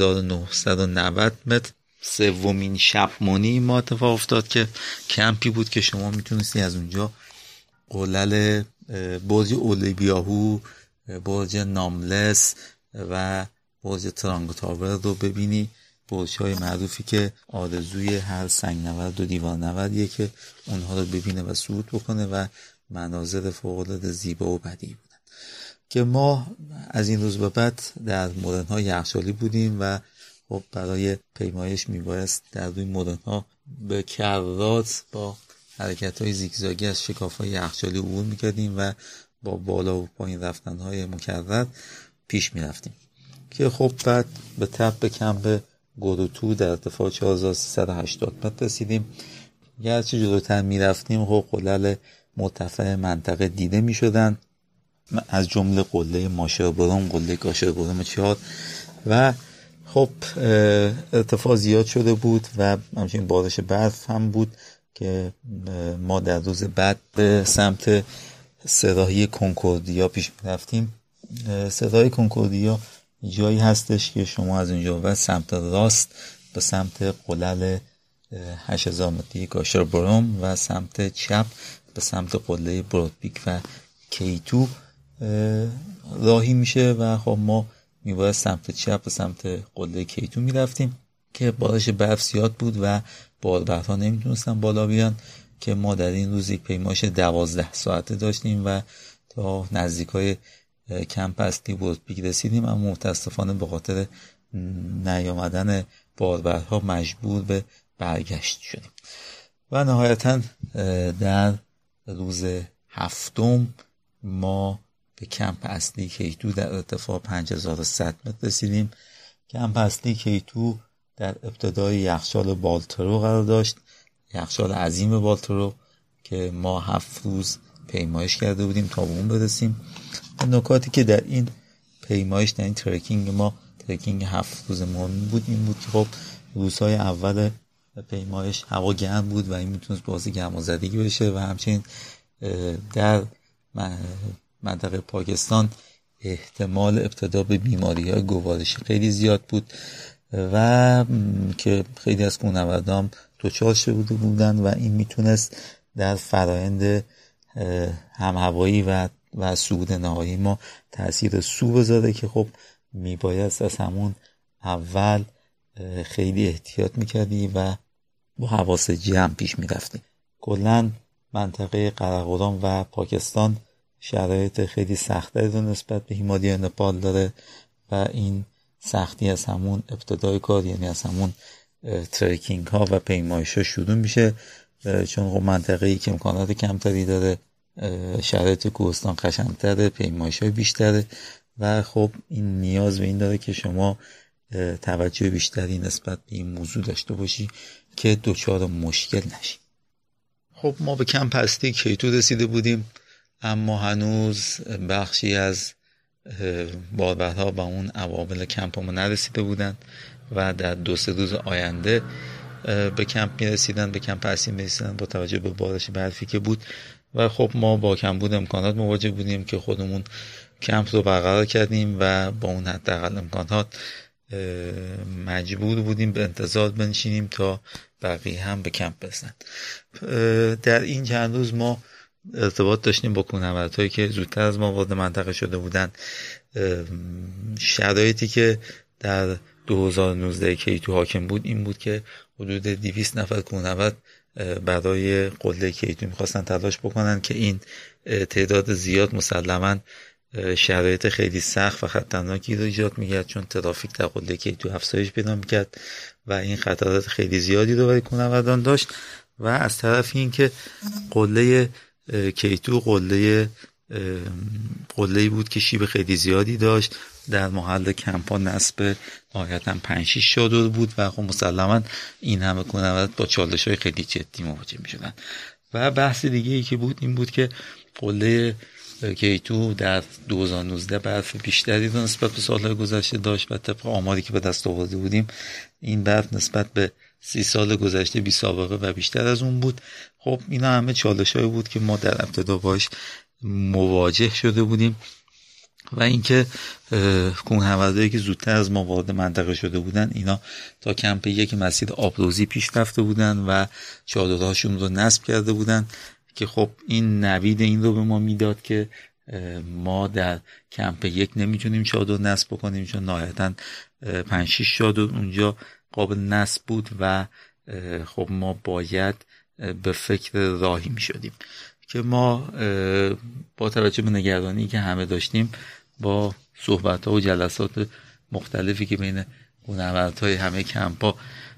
3990 متر سومین شبمانی ما اتفاق افتاد که کمپی بود که شما میتونستی از اونجا قلل برج اولیبیاهو، برج ناملس و برج ترانگو تاور رو ببینی، برج‌های معروفی که آرزوی هر سنگنورد و دیوارنوردیه که اونها رو ببینه و صعود بکنه و مناظر فوق‌العاده زیبا و بدیعی بودن که ما از این روز به بعد در مورن‌ها یخچالی بودیم و خب برای پیمایش میبایست در روی مورن‌ها به کرات با حرکت‌های زیگزاگی از شکاف‌های یخچالی عبور می‌کردیم و با بالا و پایین رفتن‌های مکرر پیش می‌رفتیم که خب بعد به تپ به کمپ گوروتو در ارتفاع 4380 متر رسیدیم. گرچه جلوتر می‌رفتیم خب قلل مرتفع منطقه دیده می‌شدن، از جمله قله ماشربرم، قله گاشربرم 4 و خب ارتفاع زیاد شده بود و همچنین بارش برف هم بود که ما در روز بعد به سمت سراحی کنکوردیا پیش می‌رفتیم. سراحی کنکوردیا جایی هستش که شما از اونجا و سمت راست به سمت قلل 8000 متری گاشربرم و سمت چپ به سمت قله برودبیک و کیتو راهی میشه و خب ما میباید سمت چپ به سمت قله کیتو میرفتیم که بارش برف زیاد بود و باربرها نمیتونستن بالا بیان که ما در این روز یک پیمایش 12 ساعته داشتیم و تا نزدیکای کمپ اصلی برودبیک رسیدیم، اما متاسفانه به خاطر نیامدن باربرها مجبور به برگشت شدیم و نهایتا در روز هفتم ما به کمپ اصلی کیتو در ارتفاع 5100 متر رسیدیم. کمپ اصلی کیتو در ابتدای یخچال بالترو قرار داشت، یخچال عظیم بالترو که ما 7 روز پیمایش کرده بودیم تا به اون برسیم. نکاتی که در این پیمایش، در این ترکینگ ما، ترکینگ 7 روز مهم بود این بود که خب روزهای اول پیمایش هوا گرم بود و این میتونست باعث گرمازدگی بشه و همچنین در منطقه پاکستان احتمال ابتلا به بیماری‌های گوارشی خیلی زیاد بود و که خیلی از کوهنوردان دچار شده بودن و این میتونست در فرایند همهوایی و صعود نهایی ما تأثیر سو بذاره که خب میبایست از همون اول خیلی احتیاط میکردی و با حواس جمع پیش میرفتی. کلاً منطقه قراقرم و پاکستان شرایط خیلی سخت‌تری رو نسبت به هیمالای نپال داره و این سختی از همون ابتدای کار، یعنی از همون ترکینگ ها و پیمایش ها شروع میشه، چون خب منطقه‌ای که امکانات کمتری داره، شرایط کوهستان قشنگ‌تره، پیمایش های بیشتره و خب این نیاز به این داره که شما توجه بیشتری نسبت به این موضوع داشته باشی که دچار مشکل نشی. خب ما به کمپ اصلی کیتو رسیده بودیم، اما هنوز بخشی از باربرها و اون عوامل کمپمون نرسیده بودن و در 2-3 روز آینده به کمپ میرسیدن، به کمپ اصلی میرسیدن با توجه به بارش برفی که بود و خب ما با کمبود امکانات مواجه بودیم که خودمون کمپ رو برقرار کردیم و با اون حداقل امکانات مجبور بودیم به انتظار بنشینیم تا بقیه هم به کمپ برسن. در این چند روز ما ارتباط داشتیم با کوهنوردهایی که زودتر از ما وارد منطقه شده بودن. شرایطی که در 2019 کیتو حاکم بود این بود که حدود 200 نفر کوهنورد برای قله کیتو میخواستن تلاش بکنن که این تعداد زیاد مسلماً شرایط خیلی سخت و خطرناکی رو ایجاد می‌کرد، چون ترافیک در قله کیتو افزایش پیدا می‌کرد و این خطرات خیلی زیادی رو برای کوهنوردان داشت و از طرف این که قله کیتو قله‌ای بود که شیب خیلی زیادی داشت، در محل کمپا نصب نهایتاً 5-6 چادر بود و خب مسلماً این همه کوهنورد با چالش‌های خیلی جدی مواجه می‌شدن. و بحث دیگه ای که بود این بود که قله کیتو در 2019 برف بیشتری رو نسبت به سالهای گذشته داشت و طبق آماری که به دست آورده بودیم این برف نسبت به 30 سال گذشته بی سابقه و بیشتر از اون بود. خب اینا همه چالش‌هایی بود که ما در ابتدا باش مواجه شده بودیم و اینکه کوهنوردایی که زودتر از ما وارد منطقه شده بودن اینا تا کمپ 1 مسیر آبروزی پیش رفته بودن و چادرهاشون رو نصب کرده بودن که خب این نوید این رو به ما میداد که ما در کمپ 1 نمیتونیم چادر نصب بکنیم چون نهایتاً 5-6 چادر اونجا قابل نصب بود و خب ما باید به فکر راهی میشدیم که ما با توجه به نگرانی که همه داشتیم با صحبت‌ها و جلسات مختلفی که بین کوهنوردهای همه کمپ‌ها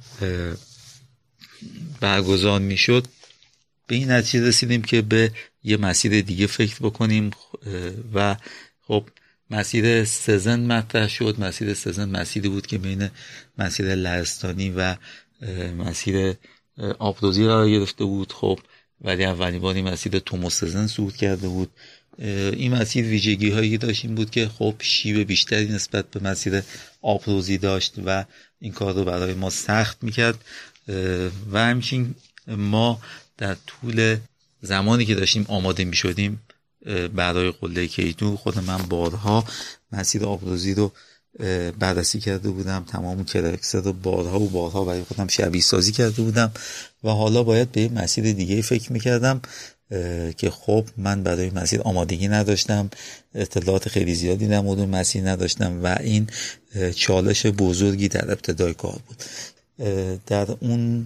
برگزار میشد به این نتیجه رسیدیم که به یه مسیر دیگه فکر بکنیم و خب مسیر سزن مطرح شد. مسیر سزن مسیری بود که بین مسیر لهستانی و مسیر آبروزی را گرفته بود. خب ولی اولین باری مسیر تومو سزن صعود کرده بود. این مسیر ویژگی هایی داشت این بود که خب شیب بیشتری نسبت به مسیر آبروزی داشت و این کار رو برای ما سخت میکرد و همچنین ما در طول زمانی که داشتیم آماده میشدیم برای قله کیتو خود من بارها مسیر آبروزی رو بررسی کرده بودم، تمام کرکس رو بارها برای خودم شبیه سازی کرده بودم و حالا باید به مسیر دیگه فکر میکردم که خب من برای مسیر آمادگی نداشتم، اطلاعات خیلی زیادی در مورد مسیر نداشتم و این چالش بزرگی در ابتدای کار بود. در اون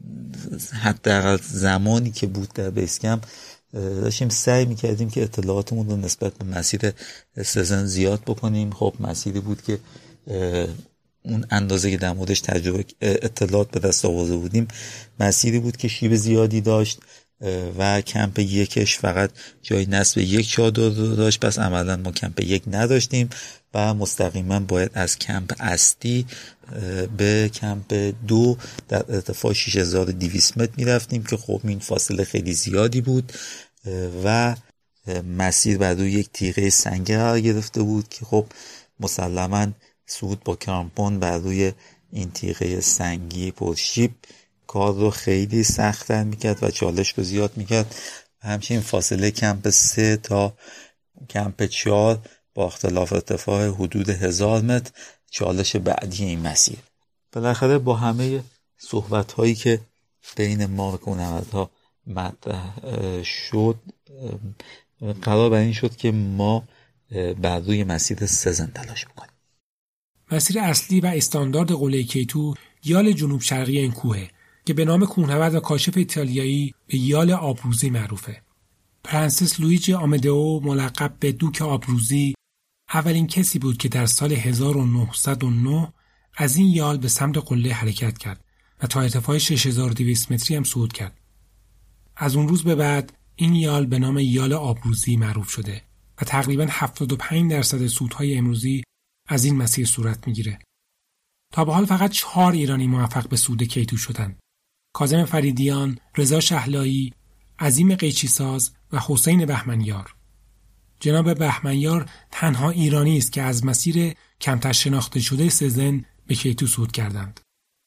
حتی زمانی که بود در بیسکم داشتیم سعی میکردیم که اطلاعاتمون رو نسبت به مسیر سزن زیاد بکنیم. خب مسیری بود که اون اندازه که در موردش تجربه اطلاعات به دست آورده بودیم مسیری بود که شیب زیادی داشت و کمپ 1 فقط جای نصب 1 چادر داشت. پس عملا ما کمپ 1 نداشتیم و مستقیما باید از کمپ اصلی به کمپ 2 در ارتفاع 6200 متر میرفتیم که خب این فاصله خیلی زیادی بود و مسیر بر روی یک تیغه سنگی قرار گرفته بود که خب مسلما صعود با کرامپون بر روی این تیغه سنگی پرشیب کار رو خیلی سخت‌تر میکرد و چالش رو زیاد میکرد. همچنین فاصله کمپ 3 تا کمپ 4 با اختلاف ارتفاع حدود 1000 متر چالش بعدی این مسیر. بالاخره با همه صحبت هایی که بین ما و کوهنوردها مطرح شد قرار بر این شد که ما بر روی مسیر سزن تلاش بکنیم. مسیر اصلی و استاندارد قله کیتو یال جنوب شرقی این کوهه که به نام کوهنورد و کاشف ایتالیایی به یال آبروزی معروفه. پرنسس لویجی آمدئو ملقب به دوک آبروزی اولین کسی بود که در سال 1909 از این یال به سمت قله حرکت کرد و تا ارتفاع 6200 متری هم صعود کرد. از اون روز به بعد این یال به نام یال آبروزی معروف شده و تقریباً 75% صعودهای امروزی از این مسیر صورت میگیره. تا به حال فقط 4 ایرانی موفق به صعود کیتو شدند. کاظم فریدیان، رضا شهلایی، عظیم قیچیساز و حسین بهمنیار. جناب بهمنیار تنها ایرانی است که از مسیر کمتر شناخته شده سزن به کیتو صعود کردند.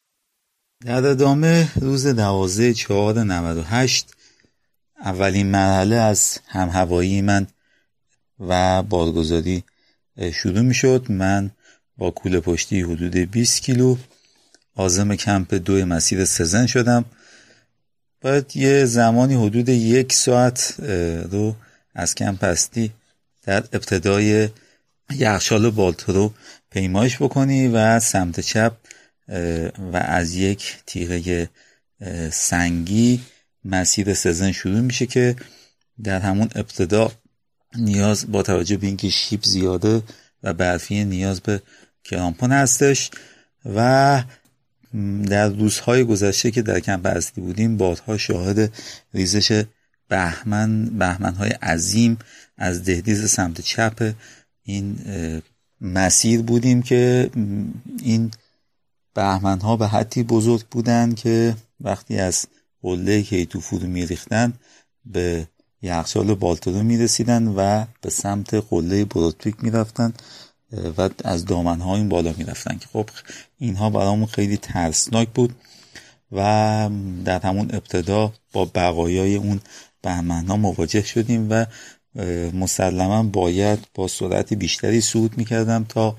در ادامه روز 12/4/98 اولین مرحله از همهوایی من و بارگذاری شروع می شد. من با کوله پشتی حدود 20 کیلو عازم کمپ 2 مسیر سزن شدم. باید یه زمانی حدود 1 ساعت رو از کمپ اصلی در ابتدای یخچال بالترو پیمایش بکنی و سمت چپ و از یک تیغه سنگی مسیر سزن شروع میشه که در همون ابتدا نیاز با توجه به اینکه شیب زیاده و برفی نیاز به کرامپون هستش و در روزهای گذشته که در کمپ اصلی بودیم بارها شاهد ریزش بهمن‌های عظیم از دهلیز سمت چپ این مسیر بودیم که این بهمن‌ها به حدی بزرگ بودند که وقتی از قله کیتو فرو می‌ریختن به یخچال بالتونو میرسیدن و به سمت قله بروتویک میرفتن و از دامنها این بالا میرفتن که خب اینها برامون خیلی ترسناک بود و در همون ابتدا با بقایای اون بهمن‌ها مواجه شدیم و مسلما باید با سرعت بیشتری صعود میکردم تا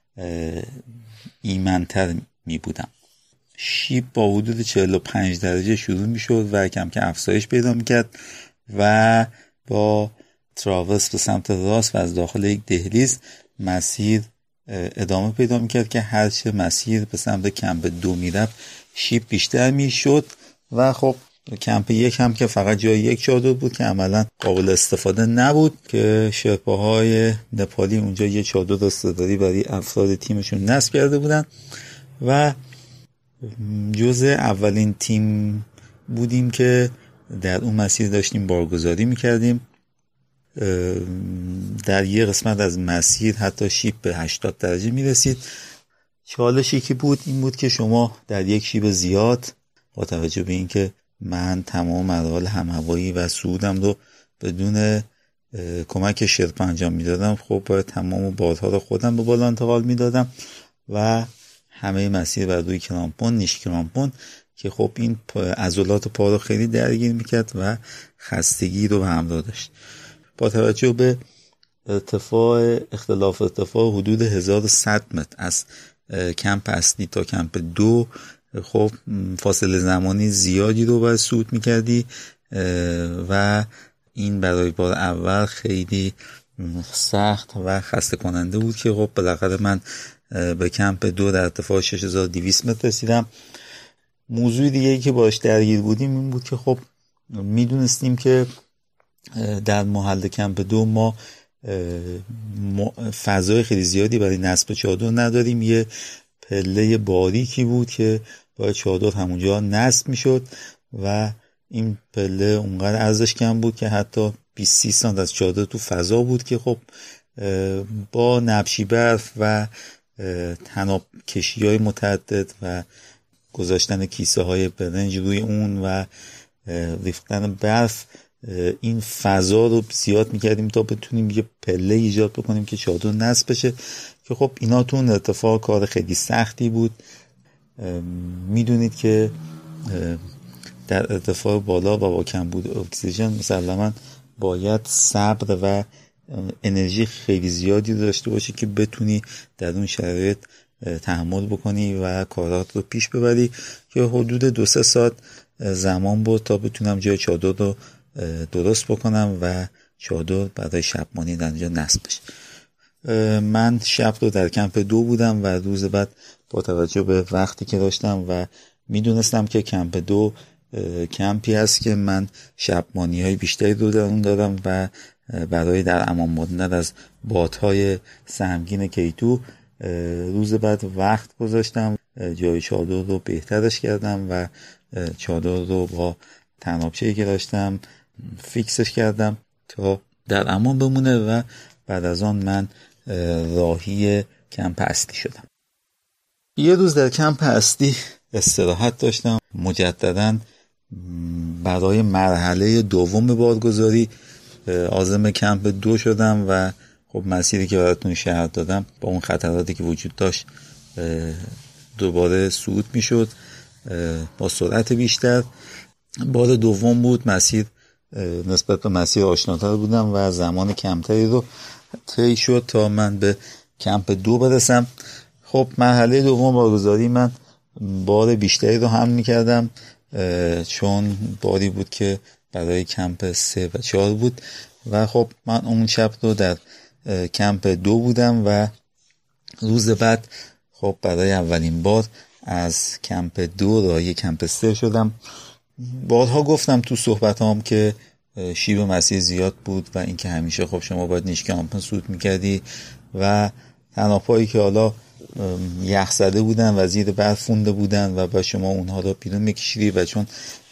ایمن‌تر میبودم. شیب با حدود 45 درجه شروع میشد و کم که افزایش پیدا میکرد و با تراورس به سمت راست و از داخل یک دهلیز مسیر ادامه پیدا میکرد که هرچه مسیر به سمت کمپ 2 میرفت شیب بیشتر میشد و خب کمپ 1 هم که فقط جای یک چادر بود که عملا قابل استفاده نبود که شرپاهای نپالی اونجا یه چادر استعدادی برای افراد تیمشون نصب کرده بودن و جزء اولین تیم بودیم که در اون مسیر داشتیم بارگذاری میکردیم. در یه قسمت از مسیر حتی شیب به 80 درجه میرسید. چالشی که بود این بود که شما در یک شیب زیاد با توجه به این که من تمام مراحل همهوایی و صعودم رو بدون کمک شرپا انجام میدادم، خب باید تمام بارها رو خودم به بالا انتقال میدادم و همه مسیر بر روی کرامپون، نیش کرامپون که خب این عضلات پا رو خیلی درگیر میکرد و خستگی رو به همراه داشت. با توجه به اختلاف ارتفاع حدود 1100 متر از کمپ اصلی تا کمپ 2 خب فاصله زمانی زیادی رو باید صعود میکردی و این برای بار اول خیلی سخت و خسته کننده بود که خب بالاخره من به کمپ 2 در ارتفاع 6200 متر رسیدم. موضوع دیگه ای که باش درگیر بودیم این بود که خب میدونستیم که در محل کمپ 2 ما فضای خیلی زیادی برای نصب چادر نداریم. یه پله باریکی بود که باید چادر همونجا نصب میشد و این پله اونقدر عرضش کم بود که حتی 20-30 سانت از چادر تو فضا بود که خب با نبشی برف و تناب کشی های متعدد و گذاشتن کیسه های برنج روی اون و ریختن برف این فضا رو زیاد میکردیم تا بتونیم یه پله ایجاد بکنیم که چادر نصب بشه که خب اینا تو اون ارتفاع کار خیلی سختی بود. میدونید که در ارتفاع بالا و با کمبود اکسیژن مسلما باید صبر و انرژی خیلی زیادی داشته باشی که بتونی در اون شرایط تحمل بکنی و کارات رو پیش ببری که حدود 2-3 ساعت زمان بود تا بتونم جای چادر رو درست بکنم و چادر برای شبمانی در اونجا نصب بشه. من شب رو در کمپ 2 بودم و روز بعد با توجه به وقتی که داشتم و میدونستم که کمپ 2 کمپی هست که من شبمانی های بیشتری رو در اون دارم و برای در امان ماندن از بادهای سهمگین کیتو روز بعد وقت گذاشتم، جای چادر رو بهترش کردم و چادر رو با تنابچه‌ای که داشتم فیکسش کردم تا در امان بمونه و بعد از آن من راهی کمپ اصلی شدم. یه روز در کمپ اصلی استراحت داشتم. مجدداً برای مرحله دوم بارگذاری عازم کمپ 2 شدم و خب مسیری که براتون شرح دادم با اون خطراتی که وجود داشت دوباره صعود میشد با سرعت بیشتر. بار دوم بود، مسیر نسبت به مسیر آشناتر بودم و زمان کمتری رو طی شد تا من به کمپ 2 برسم. خب مرحله دوم بارگذاری من بار بیشتری رو حمل میکردم چون باری بود که برای کمپ 3 و 4 بود و خب من اون شب رو در کمپ 2 بودم و روز بعد خب برای اولین بار از کمپ 2 راهی کمپ 3 شدم. بارها گفتم تو صحبتام که شیب مسیر زیاد بود و اینکه همیشه خب شما باید نیش کرامپون صعود میکردی و تناب‌هایی که حالا یخ زده بودن و زیر برف فونده بودن و با شما اونها رو بیرون میکشیدی و چون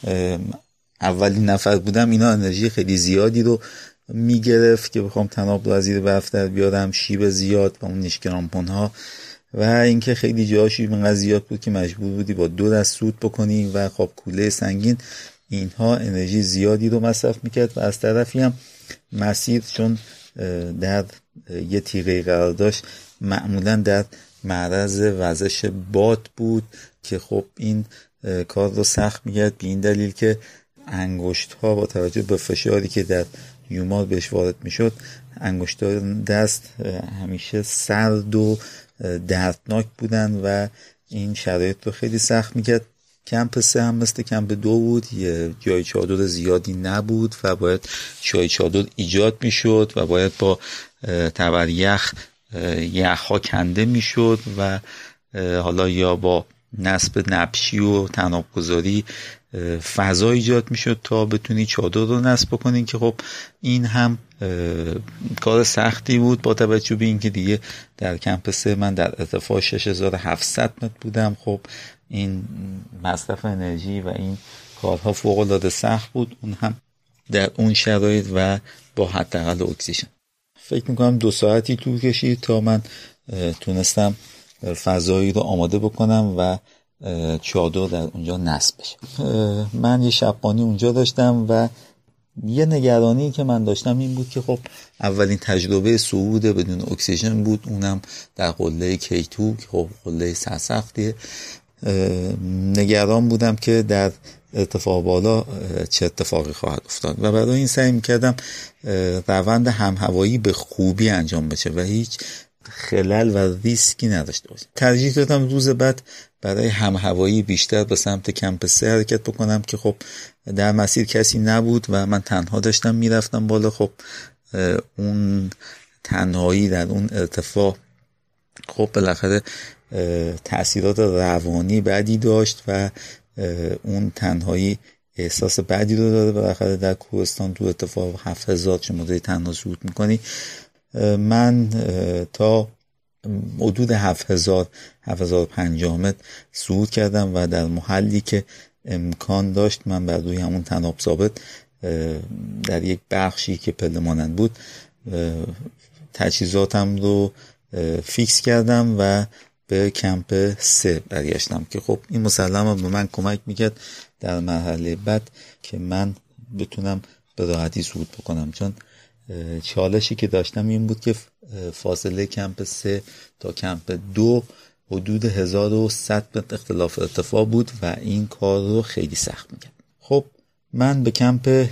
اولین نفر بودم اینا انرژی خیلی زیادی رو میگرفت که بخوام تناب رو از زیر برف در بیارم، شیب زیاد و اون نیش کرامپون ها و اینکه خیلی جاها شیب اینقدر زیاد بود که مجبور بودی با 2 دست صعود بکنی و خب کوله سنگین اینها انرژی زیادی رو مصرف میکرد و از طرفی هم مسیر چون در یه تیغه قرار داشت معمولا در معرض وزش باد بود که خب این کار رو سخت میکرد، به این دلیل که انگشت ها با توجه به فشاری که در یومال بهش وارد میشد انگشت دست همیشه سرد و دردناک بودن و این شرایط رو خیلی سخت میکرد. کمپ 3 هم مثل کمپ 2 بود، یه جای چادر زیادی نبود و باید جای چادر ایجاد میشد و باید با تبر یخ ها کنده میشد و حالا یا با نصب نبشی و تناب گذاری فضا ایجاد میشد تا بتونی چادر رو نصب بکنین که خب این هم کار سختی بود با توجه به اینکه دیگه در کمپ 3 من در ارتفاع 6700 متر بودم. خب این مصرف انرژی و این کارها فوق العاده سخت بود، اون هم در اون شرایط و با حداقل اکسیژن. فکر میکنم 2 ساعتی طول کشید تا من تونستم فضایی رو آماده بکنم و چادر در اونجا نصب بشه. من یه شبانی اونجا داشتم و یه نگرانی که من داشتم این بود که خب اولین تجربه صعود بدون اکسیژن بود، اونم در قله K2 که خب قله سرسختیه. نگران بودم که در ارتفاع بالا چه اتفاقی خواهد افتاد و برای این سعی میکردم روند همهوایی به خوبی انجام بشه و هیچ خلل و ریسکی نداشته باشه. ترجیح دادم روز بعد برای همهوایی بیشتر به سمت کمپ 3 حرکت بکنم که خب در مسیر کسی نبود و من تنها داشتم میرفتم بالا. خب اون تنهایی در اون ارتفاع خب بالاخره تأثیرات روانی بدی داشت و اون تنهایی احساس بدی رو داره. بالاخره در کوهستان تو ارتفاع 7000 شما داری تنها صعود میکنی. من تا حدود 7050 متر صعود کردم و در محلی که امکان داشت من بر روی همون تناب ثابت در یک بخشی که پله مانند بود تجهیزاتم رو فیکس کردم و به کمپ 3 برگشتم که خب این مسلماً به من کمک میکرد در مرحله بعد که من بتونم به راحتی صعود بکنم، چون چالشی که داشتم این بود که فاصله کمپ 3 تا کمپ 2 حدود 1100 متر اختلاف ارتفاع بود و این کار رو خیلی سخت میکرد. خب من به کمپ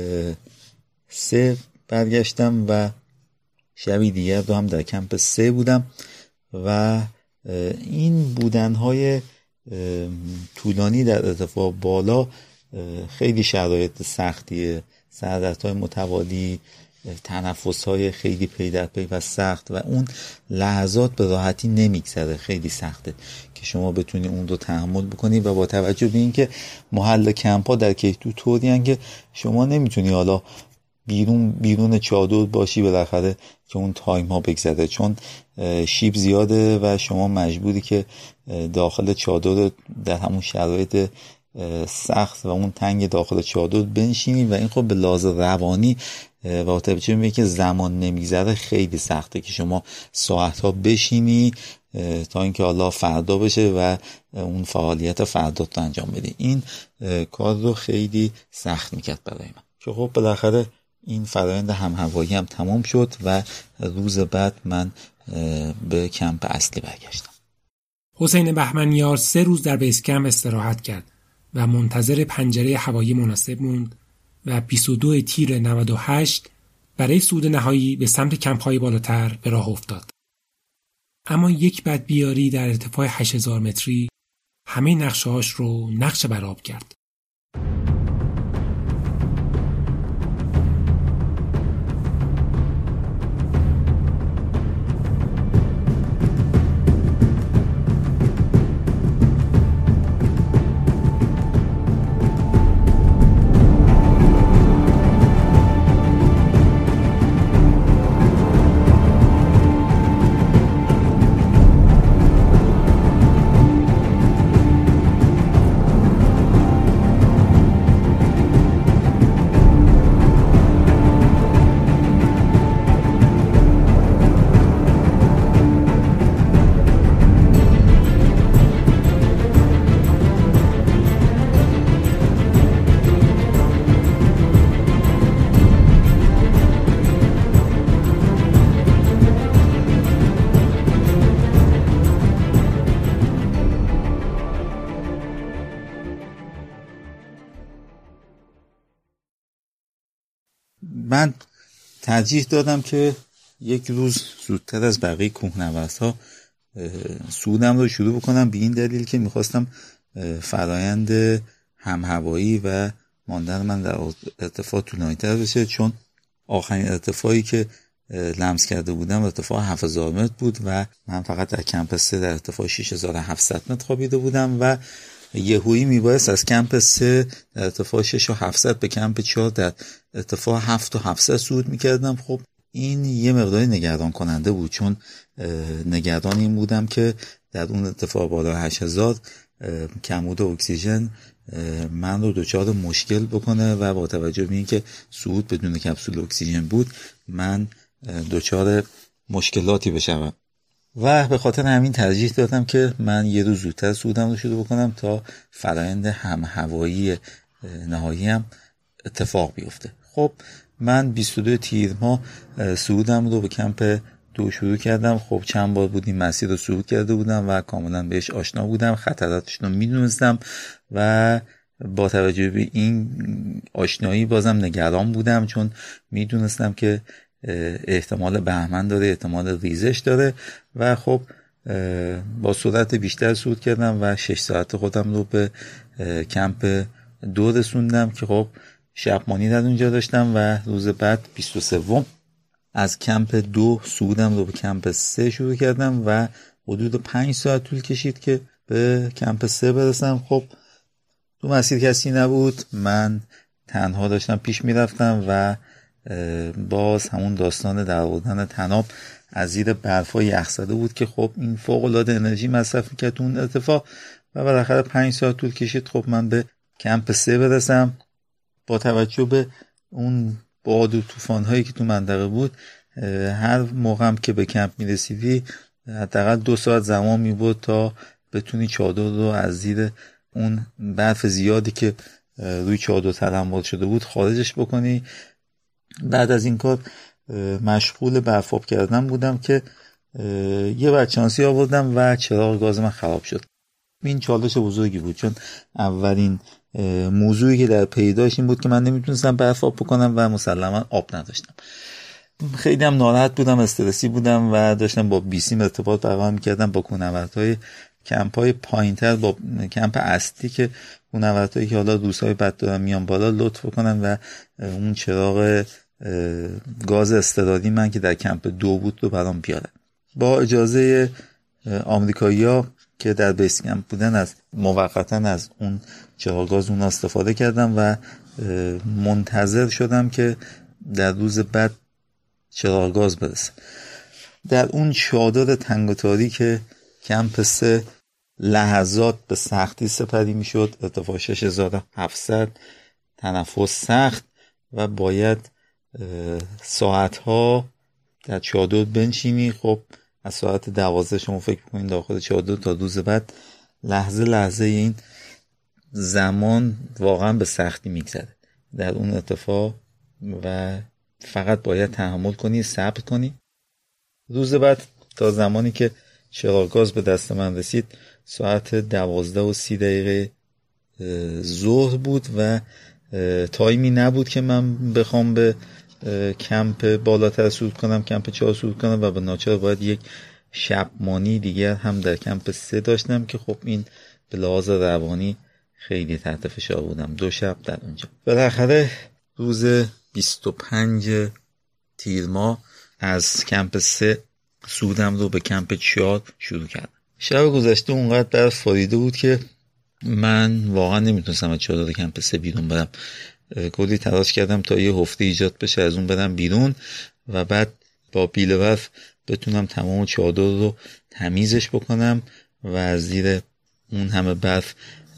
3 برگشتم و شبی دیگر رو هم در کمپ 3 بودم و این بودنهای طولانی در ارتفاع بالا خیلی شرایط سختیه، سردردهای متوالی، تنفس‌های خیلی پی در پی و سخت و اون لحظات به راحتی نمیگذره، خیلی سخته که شما بتونی اون رو تحمل بکنی و با توجه به اینکه محل کمپ‌ها در K2 طوریه که شما نمیتونی حالا بیرون چادر باشی بالاخره که اون تایم ها بگذره، چون شیب زیاده و شما مجبوری که داخل چادر در همون شرایط سخت و اون تنگ داخل چادر بنشینی و این خب به لحاظ روانی و توجه به که زمان نمیگذره خیلی سخته که شما ساعت ها بشینی تا اینکه حالا فردا بشه و اون فعالیت فردا رو انجام بدی. این کار رو خیلی سخت میکرد برای من که خب بالاخره این فرآیند همهوایی هم تمام شد و روز بعد من به کمپ اصلی برگشتم. حسین بهمنیار 3 روز در بیس کمپ استراحت کرد و منتظر پنجره هوایی مناسب موند و 22 تیر 98 برای صعود نهایی به سمت کمپ‌های بالاتر به راه افتاد. اما یک بدبیاری در ارتفاع 8000 متری همه نقشه‌هاش رو نقش برآب کرد. من ترجیح دادم که یک روز زودتر از بقیه کوهنوردها صعودم رو شروع بکنم، به این دلیل که میخواستم فرایند همهوایی و ماندن من در ارتفاع طولانی‌تر بشه، چون آخرین ارتفاعی که لمس کرده بودم ارتفاع 7000 متر بود و من فقط در کمپ 3 در ارتفاع 6700 متر خوابیده بودم و یهویی میبایست از کمپ 3 در ارتفاع 6700 به کمپ 4 در ارتفاع 7700 صعود میکردم. خب این یه مقداری نگران کننده بود، چون نگران این بودم که در اون ارتفاع بالا 8000 کمبود اکسیژن من رو دچار مشکل بکنه و با توجه به اینکه صعود بدون کپسول اکسیژن بود من دچار مشکلاتی بشم و به خاطر همین ترجیح دادم که من یه روز زودتر صعودم رو شروع بکنم تا فرآیند همهوایی نهاییم اتفاق بیفته. خب من 22 تیر ماه صعودم رو به کمپ 2 شروع کردم. خب چند بار بود این مسیر رو صعود کرده بودم و کاملا بهش آشنا بودم، خطراتش رو میدونستم و با توجه به این آشنایی بازم نگران بودم، چون میدونستم که احتمال بهمن داره، احتمال ریزش داره و خب با سرعت بیشتر صعود کردم و 6 ساعت خودم رو به کمپ 2 رسوندم که خب شبمانی در اونجا داشتم و روز بعد 23 از کمپ 2 صعودم رو به کمپ 3 شروع کردم و حدود 5 ساعت طول کشید که به کمپ 3 برسم. خب تو مسیر کسی نبود، من تنها داشتم پیش میرفتم و باز همون داستان در آوردن طناب از زیر برفای یخزده بود که خب این فوق العاده انرژی مصرف میکرد اون ارتفاع و بالاخره 5 ساعت طول کشید خب من به کمپ 3 برسم. با توجه به اون باد و طوفان هایی که تو منطقه بود، هر موقع هم که به کمپ میرسیدی حداقل 2 ساعت زمان میبرد تا بتونی چادر رو از زیر اون برف زیادی که روی چادر ترمبال شده بود خارجش بکنی. بعد از این کار مشغول برفاب کردن بودم که یه بدشانسی آوردم و چراغ گاز من خراب شد. این چالش بزرگی بود، چون اولین موضوعی که در پی داشت این بود که من نمیتونستم برفاب بکنم و مسلما آب نداشتم. خیلی هم ناراحت بودم، استرسی بودم و داشتم با بیسیم ارتباط برقرار میکردم با کوهنوردهای کمپ‌های پایین‌تر، با کمپ اصلی که کوهنوردهایی که حالا روزهای بعد دارن میان بالا لطف کنن و اون چراغ گاز اضطراری من که در کمپ 2 بود رو برام بیارن. با اجازه آمریکایی‌ها که در بیس کمپ بودن از موقتا از اون چراغ گاز اون استفاده کردم و منتظر شدم که در روز بعد چراغ گاز برسه. در اون چادر تنگ و تاریک کمپ 3 لحظات به سختی سپری میشد، ارتفاع 6700، تنفس سخت و باید ساعتها در چادر بنشینی. خب از ساعت 12 شما فکر کنید داخل چادر تا روز بعد لحظه این زمان واقعا به سختی میگذره در اون ارتفاع و فقط باید تحمل کنی، صبر کنی. روز بعد تا زمانی که چراغ گاز به دست من رسید ساعت 12:30 ظهر بود و تایمی نبود که من بخوام به کمپ بالاتر صعود کنم، کمپ 4 صعود کنم و به ناچار باید یک شبمانی دیگر هم در کمپ 3 داشتم که خب این به لحاظ روانی خیلی تحت فشار بودم. 2 شب در اونجا. بالاخره روز 25 تیر ماه از کمپ 3 صعودم رو به کمپ 4 شروع کردم. شب گذشته اونقدر برف باریده بود که من واقعا نمیتونستم از چادر کمپ 3 بیرون برم. کلی تلاش کردم تا یه حفره ایجاد بشه از اون برم بیرون و بعد با بیل برف بتونم تمام چادر رو تمیزش بکنم و از زیر اون همه برف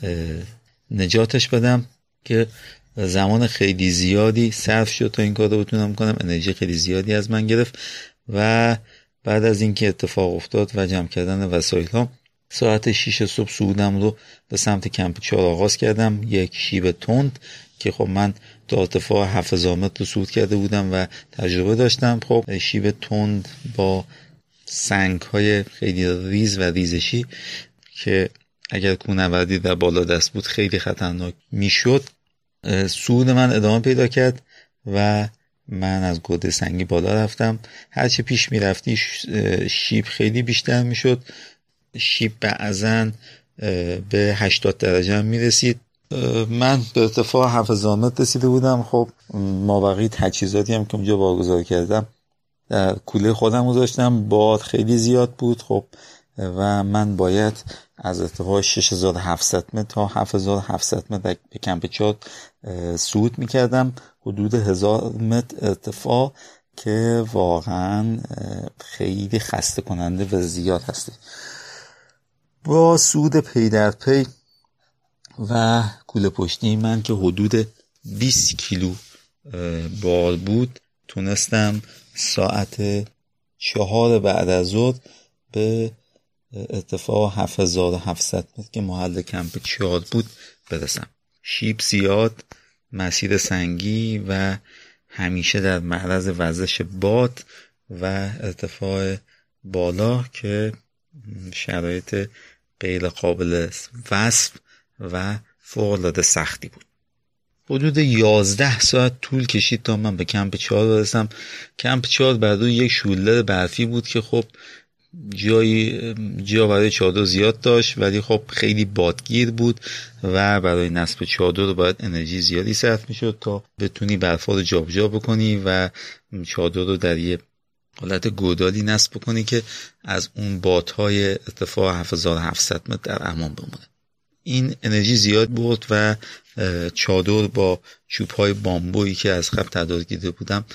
نجاتش بدم که زمان خیلی زیادی صرف شد تا این کار رو بتونم کنم. انرژی خیلی زیادی از من گرفت و بعد از اینکه اتفاق افتاد و جمع کردن وسایل ها ساعت 6 صبح صعودم رو به سمت کمپ 4 آغاز کردم. یک شیب تند که خب من تا ارتفاع 7000 متر رو صعود کرده بودم و تجربه داشتم. خب شیب تند با سنگ های خیلی ریز و ریزشی که اگر کوهنوردی در بالا دست بود خیلی خطرناک میشد. صعود من ادامه پیدا کرد و من از گوده سنگی بالا رفتم. هرچه پیش میرفتی شیب خیلی بیشتر میشد. شیب بعضن به 80 درجه هم میرسید. من به ارتفاع 7000 متر رسیده بودم. خب مابقی تجهیزاتی هم که اونجا واگذار کردم در کوله خودم گذاشتم. باد خیلی زیاد بود. خب و من باید از ارتفاع 6700 متر تا 7700 متر به کمپ چاد صعود میکردم، حدود 1000 متر ارتفاع که واقعا خیلی خسته کننده و زیاد هستی. با صعود پی در پی و کوله پشتی من که حدود 20 کیلو بار بود، تونستم ساعت 4 بعد از ظهر به ارتفاع 7700 متر که محل کمپ چاد بود برسم. شیب زیاد، مسیر سنگی و همیشه در معرض وزش باد و ارتفاع بالا که شرایط غیر قابل وصف و فوق‌العاده سختی بود. حدود 11 ساعت طول کشید تا من به کمپ 4 برسم. کمپ 4 بر روی یک شولر برفی بود که خب جا برای چادر زیاد داشت، ولی خب خیلی بادگیر بود و برای نصب چادر باید انرژی زیادی صرف میشد تا بتونی برفا رو جابجا بکنی و چادر رو در یه حالت گودالی نصب بکنی که از اون بادهای ارتفاع 7700 متر در امان بمونه. این انرژی زیاد بود و چادر با چوب‌های بامبویی که از قبل تدارک دیده بودم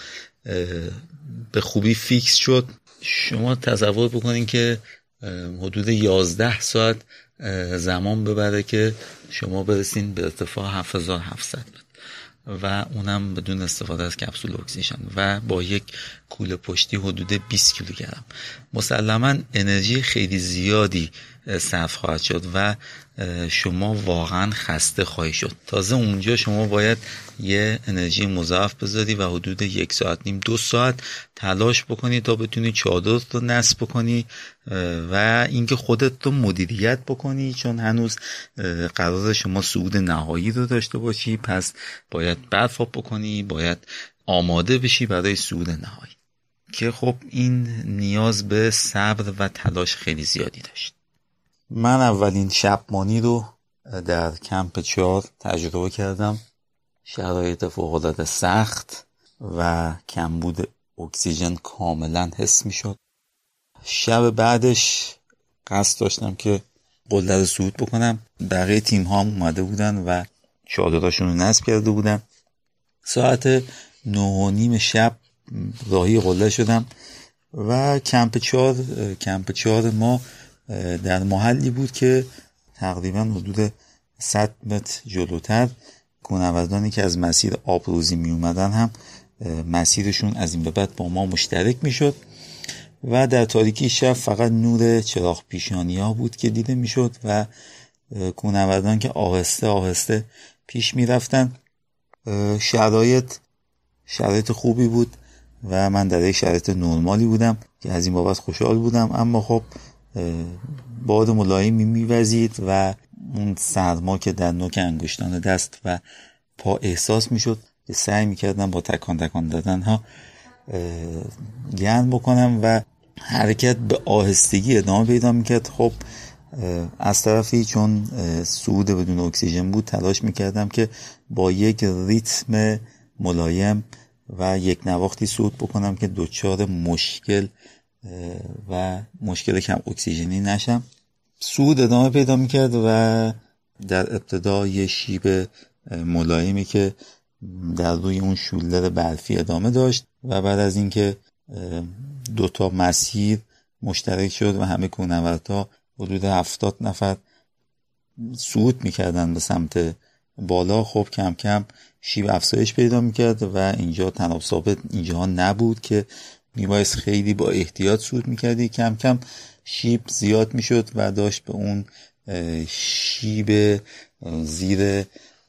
به خوبی فیکس شد. شما تصور بکنین که حدود 11 ساعت زمان ببره که شما برسین به ارتفاع 7700 متر و اونم بدون استفاده از کپسول اکسیژن و با یک کوله پشتی حدود 20 کیلوگرم. مسلماً انرژی خیلی زیادی صرف خواهد شد و شما واقعا خسته خواهی شد. تازه اونجا شما باید یه انرژی مضاعف بذاری و حدود 1 ساعت نیم 2 ساعت تلاش بکنی تا بتونی چادرت رو نصب بکنی و اینکه خودت رو مدیریت بکنی، چون هنوز قرار شما صعود نهایی رو داشته باشی. پس باید برفا بکنی، باید آماده بشی برای صعود نهایی که خب این نیاز به صبر و تلاش خیلی زیادی داشت. من اولین شبمانی رو در کمپ 4 تجربه کردم. شرایط فوق‌العاده سخت و کمبود اکسیژن کاملا حس می شد. شب بعدش قصد داشتم که قله رو صعود بکنم. بقیه تیم ها هم اومده بودن و چادراشون رو نصب کرده بودن. ساعت 9:30 شب راهی قله شدم و کمپ 4 ما در محلی بود که تقریبا حدود 100 متر جلوتر کوهنوردانی که از مسیر آبروزی می اومدن هم مسیرشون از این به بعد با ما مشترک می شد و در تاریکی شب فقط نور چراغ پیشانی ها بود که دیده می شد و کوهنوردان که آهسته آهسته پیش می رفتن. شرایط خوبی بود و من در یک شرایط نرمالی بودم که از این بابت خوشحال بودم. اما خب باد ملایمی میوزید و اون سرما که در نوک انگشتان دست و پا احساس میشد که سعی میکردم با تکان دادن ها گرم بکنم و حرکت به آهستگی ادامه پیدا میکرد. خب از طرفی چون صعود بدون اکسیژن بود تلاش میکردم که با یک ریتم ملایم و یک نواختی صعود بکنم که دچار مشکل کم اکسیژنی نشم. صعود ادامه پیدا میکرد و در ابتدا یه شیب ملایمی که در روی اون شولر برفی ادامه داشت و بعد از اینکه 2 مسیر مشترک شد و همه کوهنوردها حدود 70 نفر صعود میکردن به سمت بالا، خب کم کم شیب افزایش پیدا میکرد و اینجا تناب ثابت اینجا نبود که میبایست خیلی با احتیاط صعود میکردی. کم کم شیب زیاد میشد و داشت به اون شیب زیر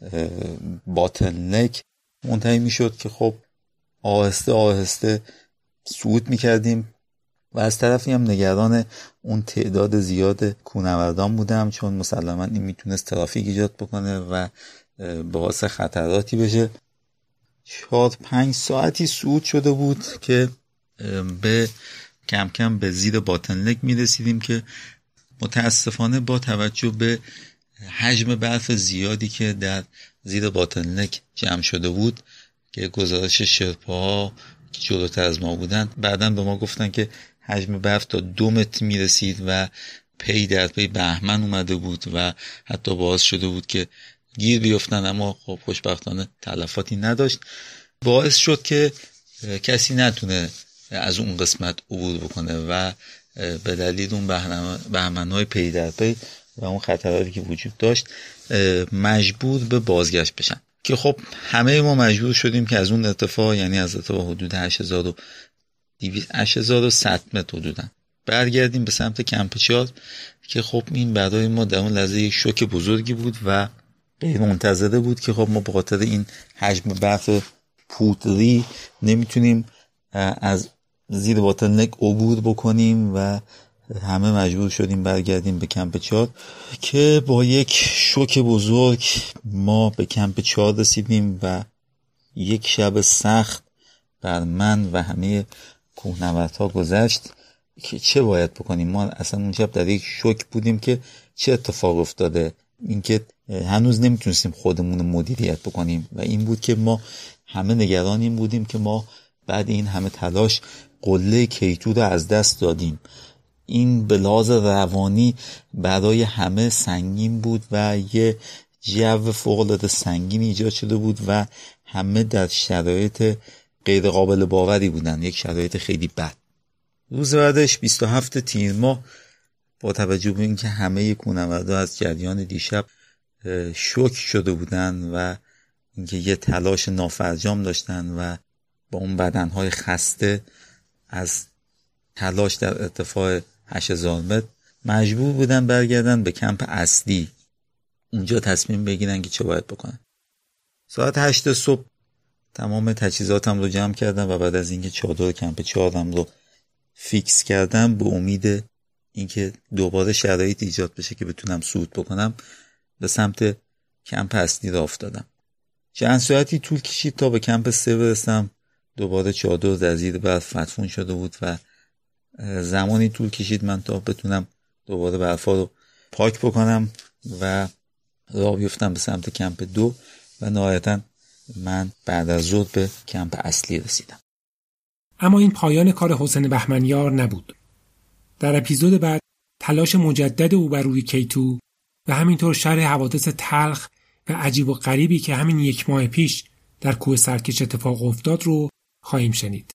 باتلنک منتهی میشد که خب آهسته آهسته صعود میکردیم و از طرفی هم نگران اون تعداد زیاد کوهنوردان بودم، چون مسلما این میتونست ترافیک ایجاد بکنه و باعث خطراتی بشه. 4-5 ساعتی صعود شده بود که به کم کم به زیر باتنلک میرسیدیم که متاسفانه با توجه به حجم برف زیادی که در زیر باتنلک جمع شده بود که گزارش شرپاها که جلوتر از ما بودن بعداً به ما گفتن که حجم برف تا 2 متر میرسید و پی در پی بهمن اومده بود و حتی باعث شده بود که گیر بیفتن، اما خب خوشبختانه تلفاتی نداشت. باعث شد که کسی نتونه از اون قسمت عبور بکنه و به دلیل اون بهمن‌های پی در پی و اون خطراتی که وجود داشت مجبور به بازگشت بشن که خب همه ما مجبور شدیم که از اون ارتفاع، یعنی از ارتفاع حدود 8100 متر حدوداً برگردیم به سمت کمپ 4 که خب این برای ما در اون لحظه یک شوک بزرگی بود و غیر منتظره بود که خب ما به خاطر این حجم برف پودری نمیتونیم از زیر باتلنک عبور بکنیم و همه مجبور شدیم برگردیم به کمپ 4 که با یک شوک بزرگ ما به کمپ 4 رسیدیم و یک شب سخت بر من و همه کوهنوردها گذشت که چه باید بکنیم. ما اصلا اون شب در یک شوک بودیم که چه اتفاق افتاده، اینکه هنوز نمیتونستیم خودمون مدیریت بکنیم و این بود که ما همه نگران این بودیم که ما بعد این همه تلاش قله K2 رو از دست دادیم. این به لحاظ روانی برای همه سنگین بود و یه جو فوق‌العاده سنگین ایجاد شده بود و همه در شرایط غیر قابل باوری بودن، یک شرایط خیلی بد. روز بعدش 27 تیر ماه با توجه به اینکه همه کوهنوردها از جریان دیشب شوک شده بودن و اینکه یه تلاش نافرجام داشتن و با اون بدنهای خسته از تلاش در ارتفاع 8000 متر مجبور بودن برگردن به کمپ اصلی، اونجا تصمیم بگیرن که چه باید بکنن. ساعت 8 صبح تمام تجهیزاتم رو جمع کردم و بعد از اینکه چادر کمپ 4 رو فیکس کردم به امید اینکه دوباره شرایط ایجاد بشه که بتونم صعود بکنم به سمت کمپ اصلی راه افتادم. چند ساعتی طول کشید تا به کمپ 3 برسم. دوباره چادر در زیر برف مدفون شده بود و زمانی طول کشید من تا بتونم دوباره برفا رو پاک بکنم و راه بیفتم به سمت کمپ 2 و نهایتاً من بعد از ظهر به کمپ اصلی رسیدم. اما این پایان کار حسین بهمنیار نبود. در اپیزود بعد تلاش مجدد او بر روی K2 و همینطور شرح حوادث تلخ و عجیب و غریبی که همین 1 ماه پیش در کوه سرکش اتفاق افتاد رو خواهیم شنید.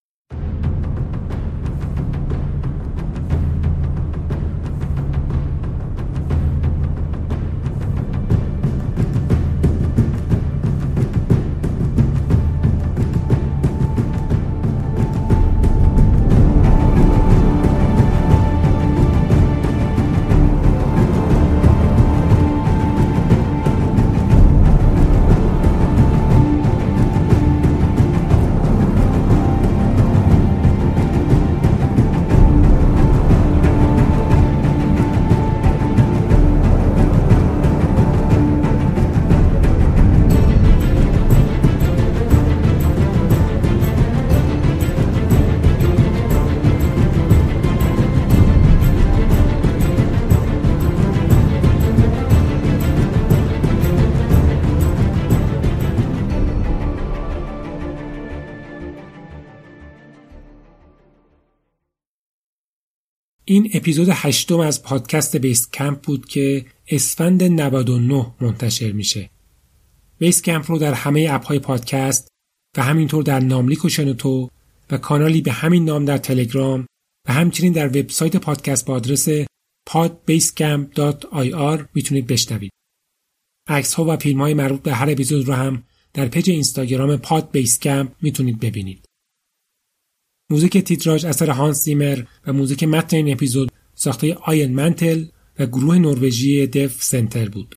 این اپیزود 8 از پادکست بیس کمپ بود که اسفند 99 منتشر میشه. بیس کمپ رو در همه اپ‌های پادکست و همینطور در ناملیک و شنوتو و کانالی به همین نام در تلگرام و همچنین در وبسایت پادکست با آدرس podbasecamp.ir میتونید بشنوید. عکس‌ها و فیلم‌های مربوط به هر اپیزود رو هم در پیج اینستاگرام podbasecamp میتونید ببینید. موزیک تیتراژ اثر هانس زیمر و موزیک متن این اپیزود ساخته آین منتل و گروه نروژی دف سنتر بود.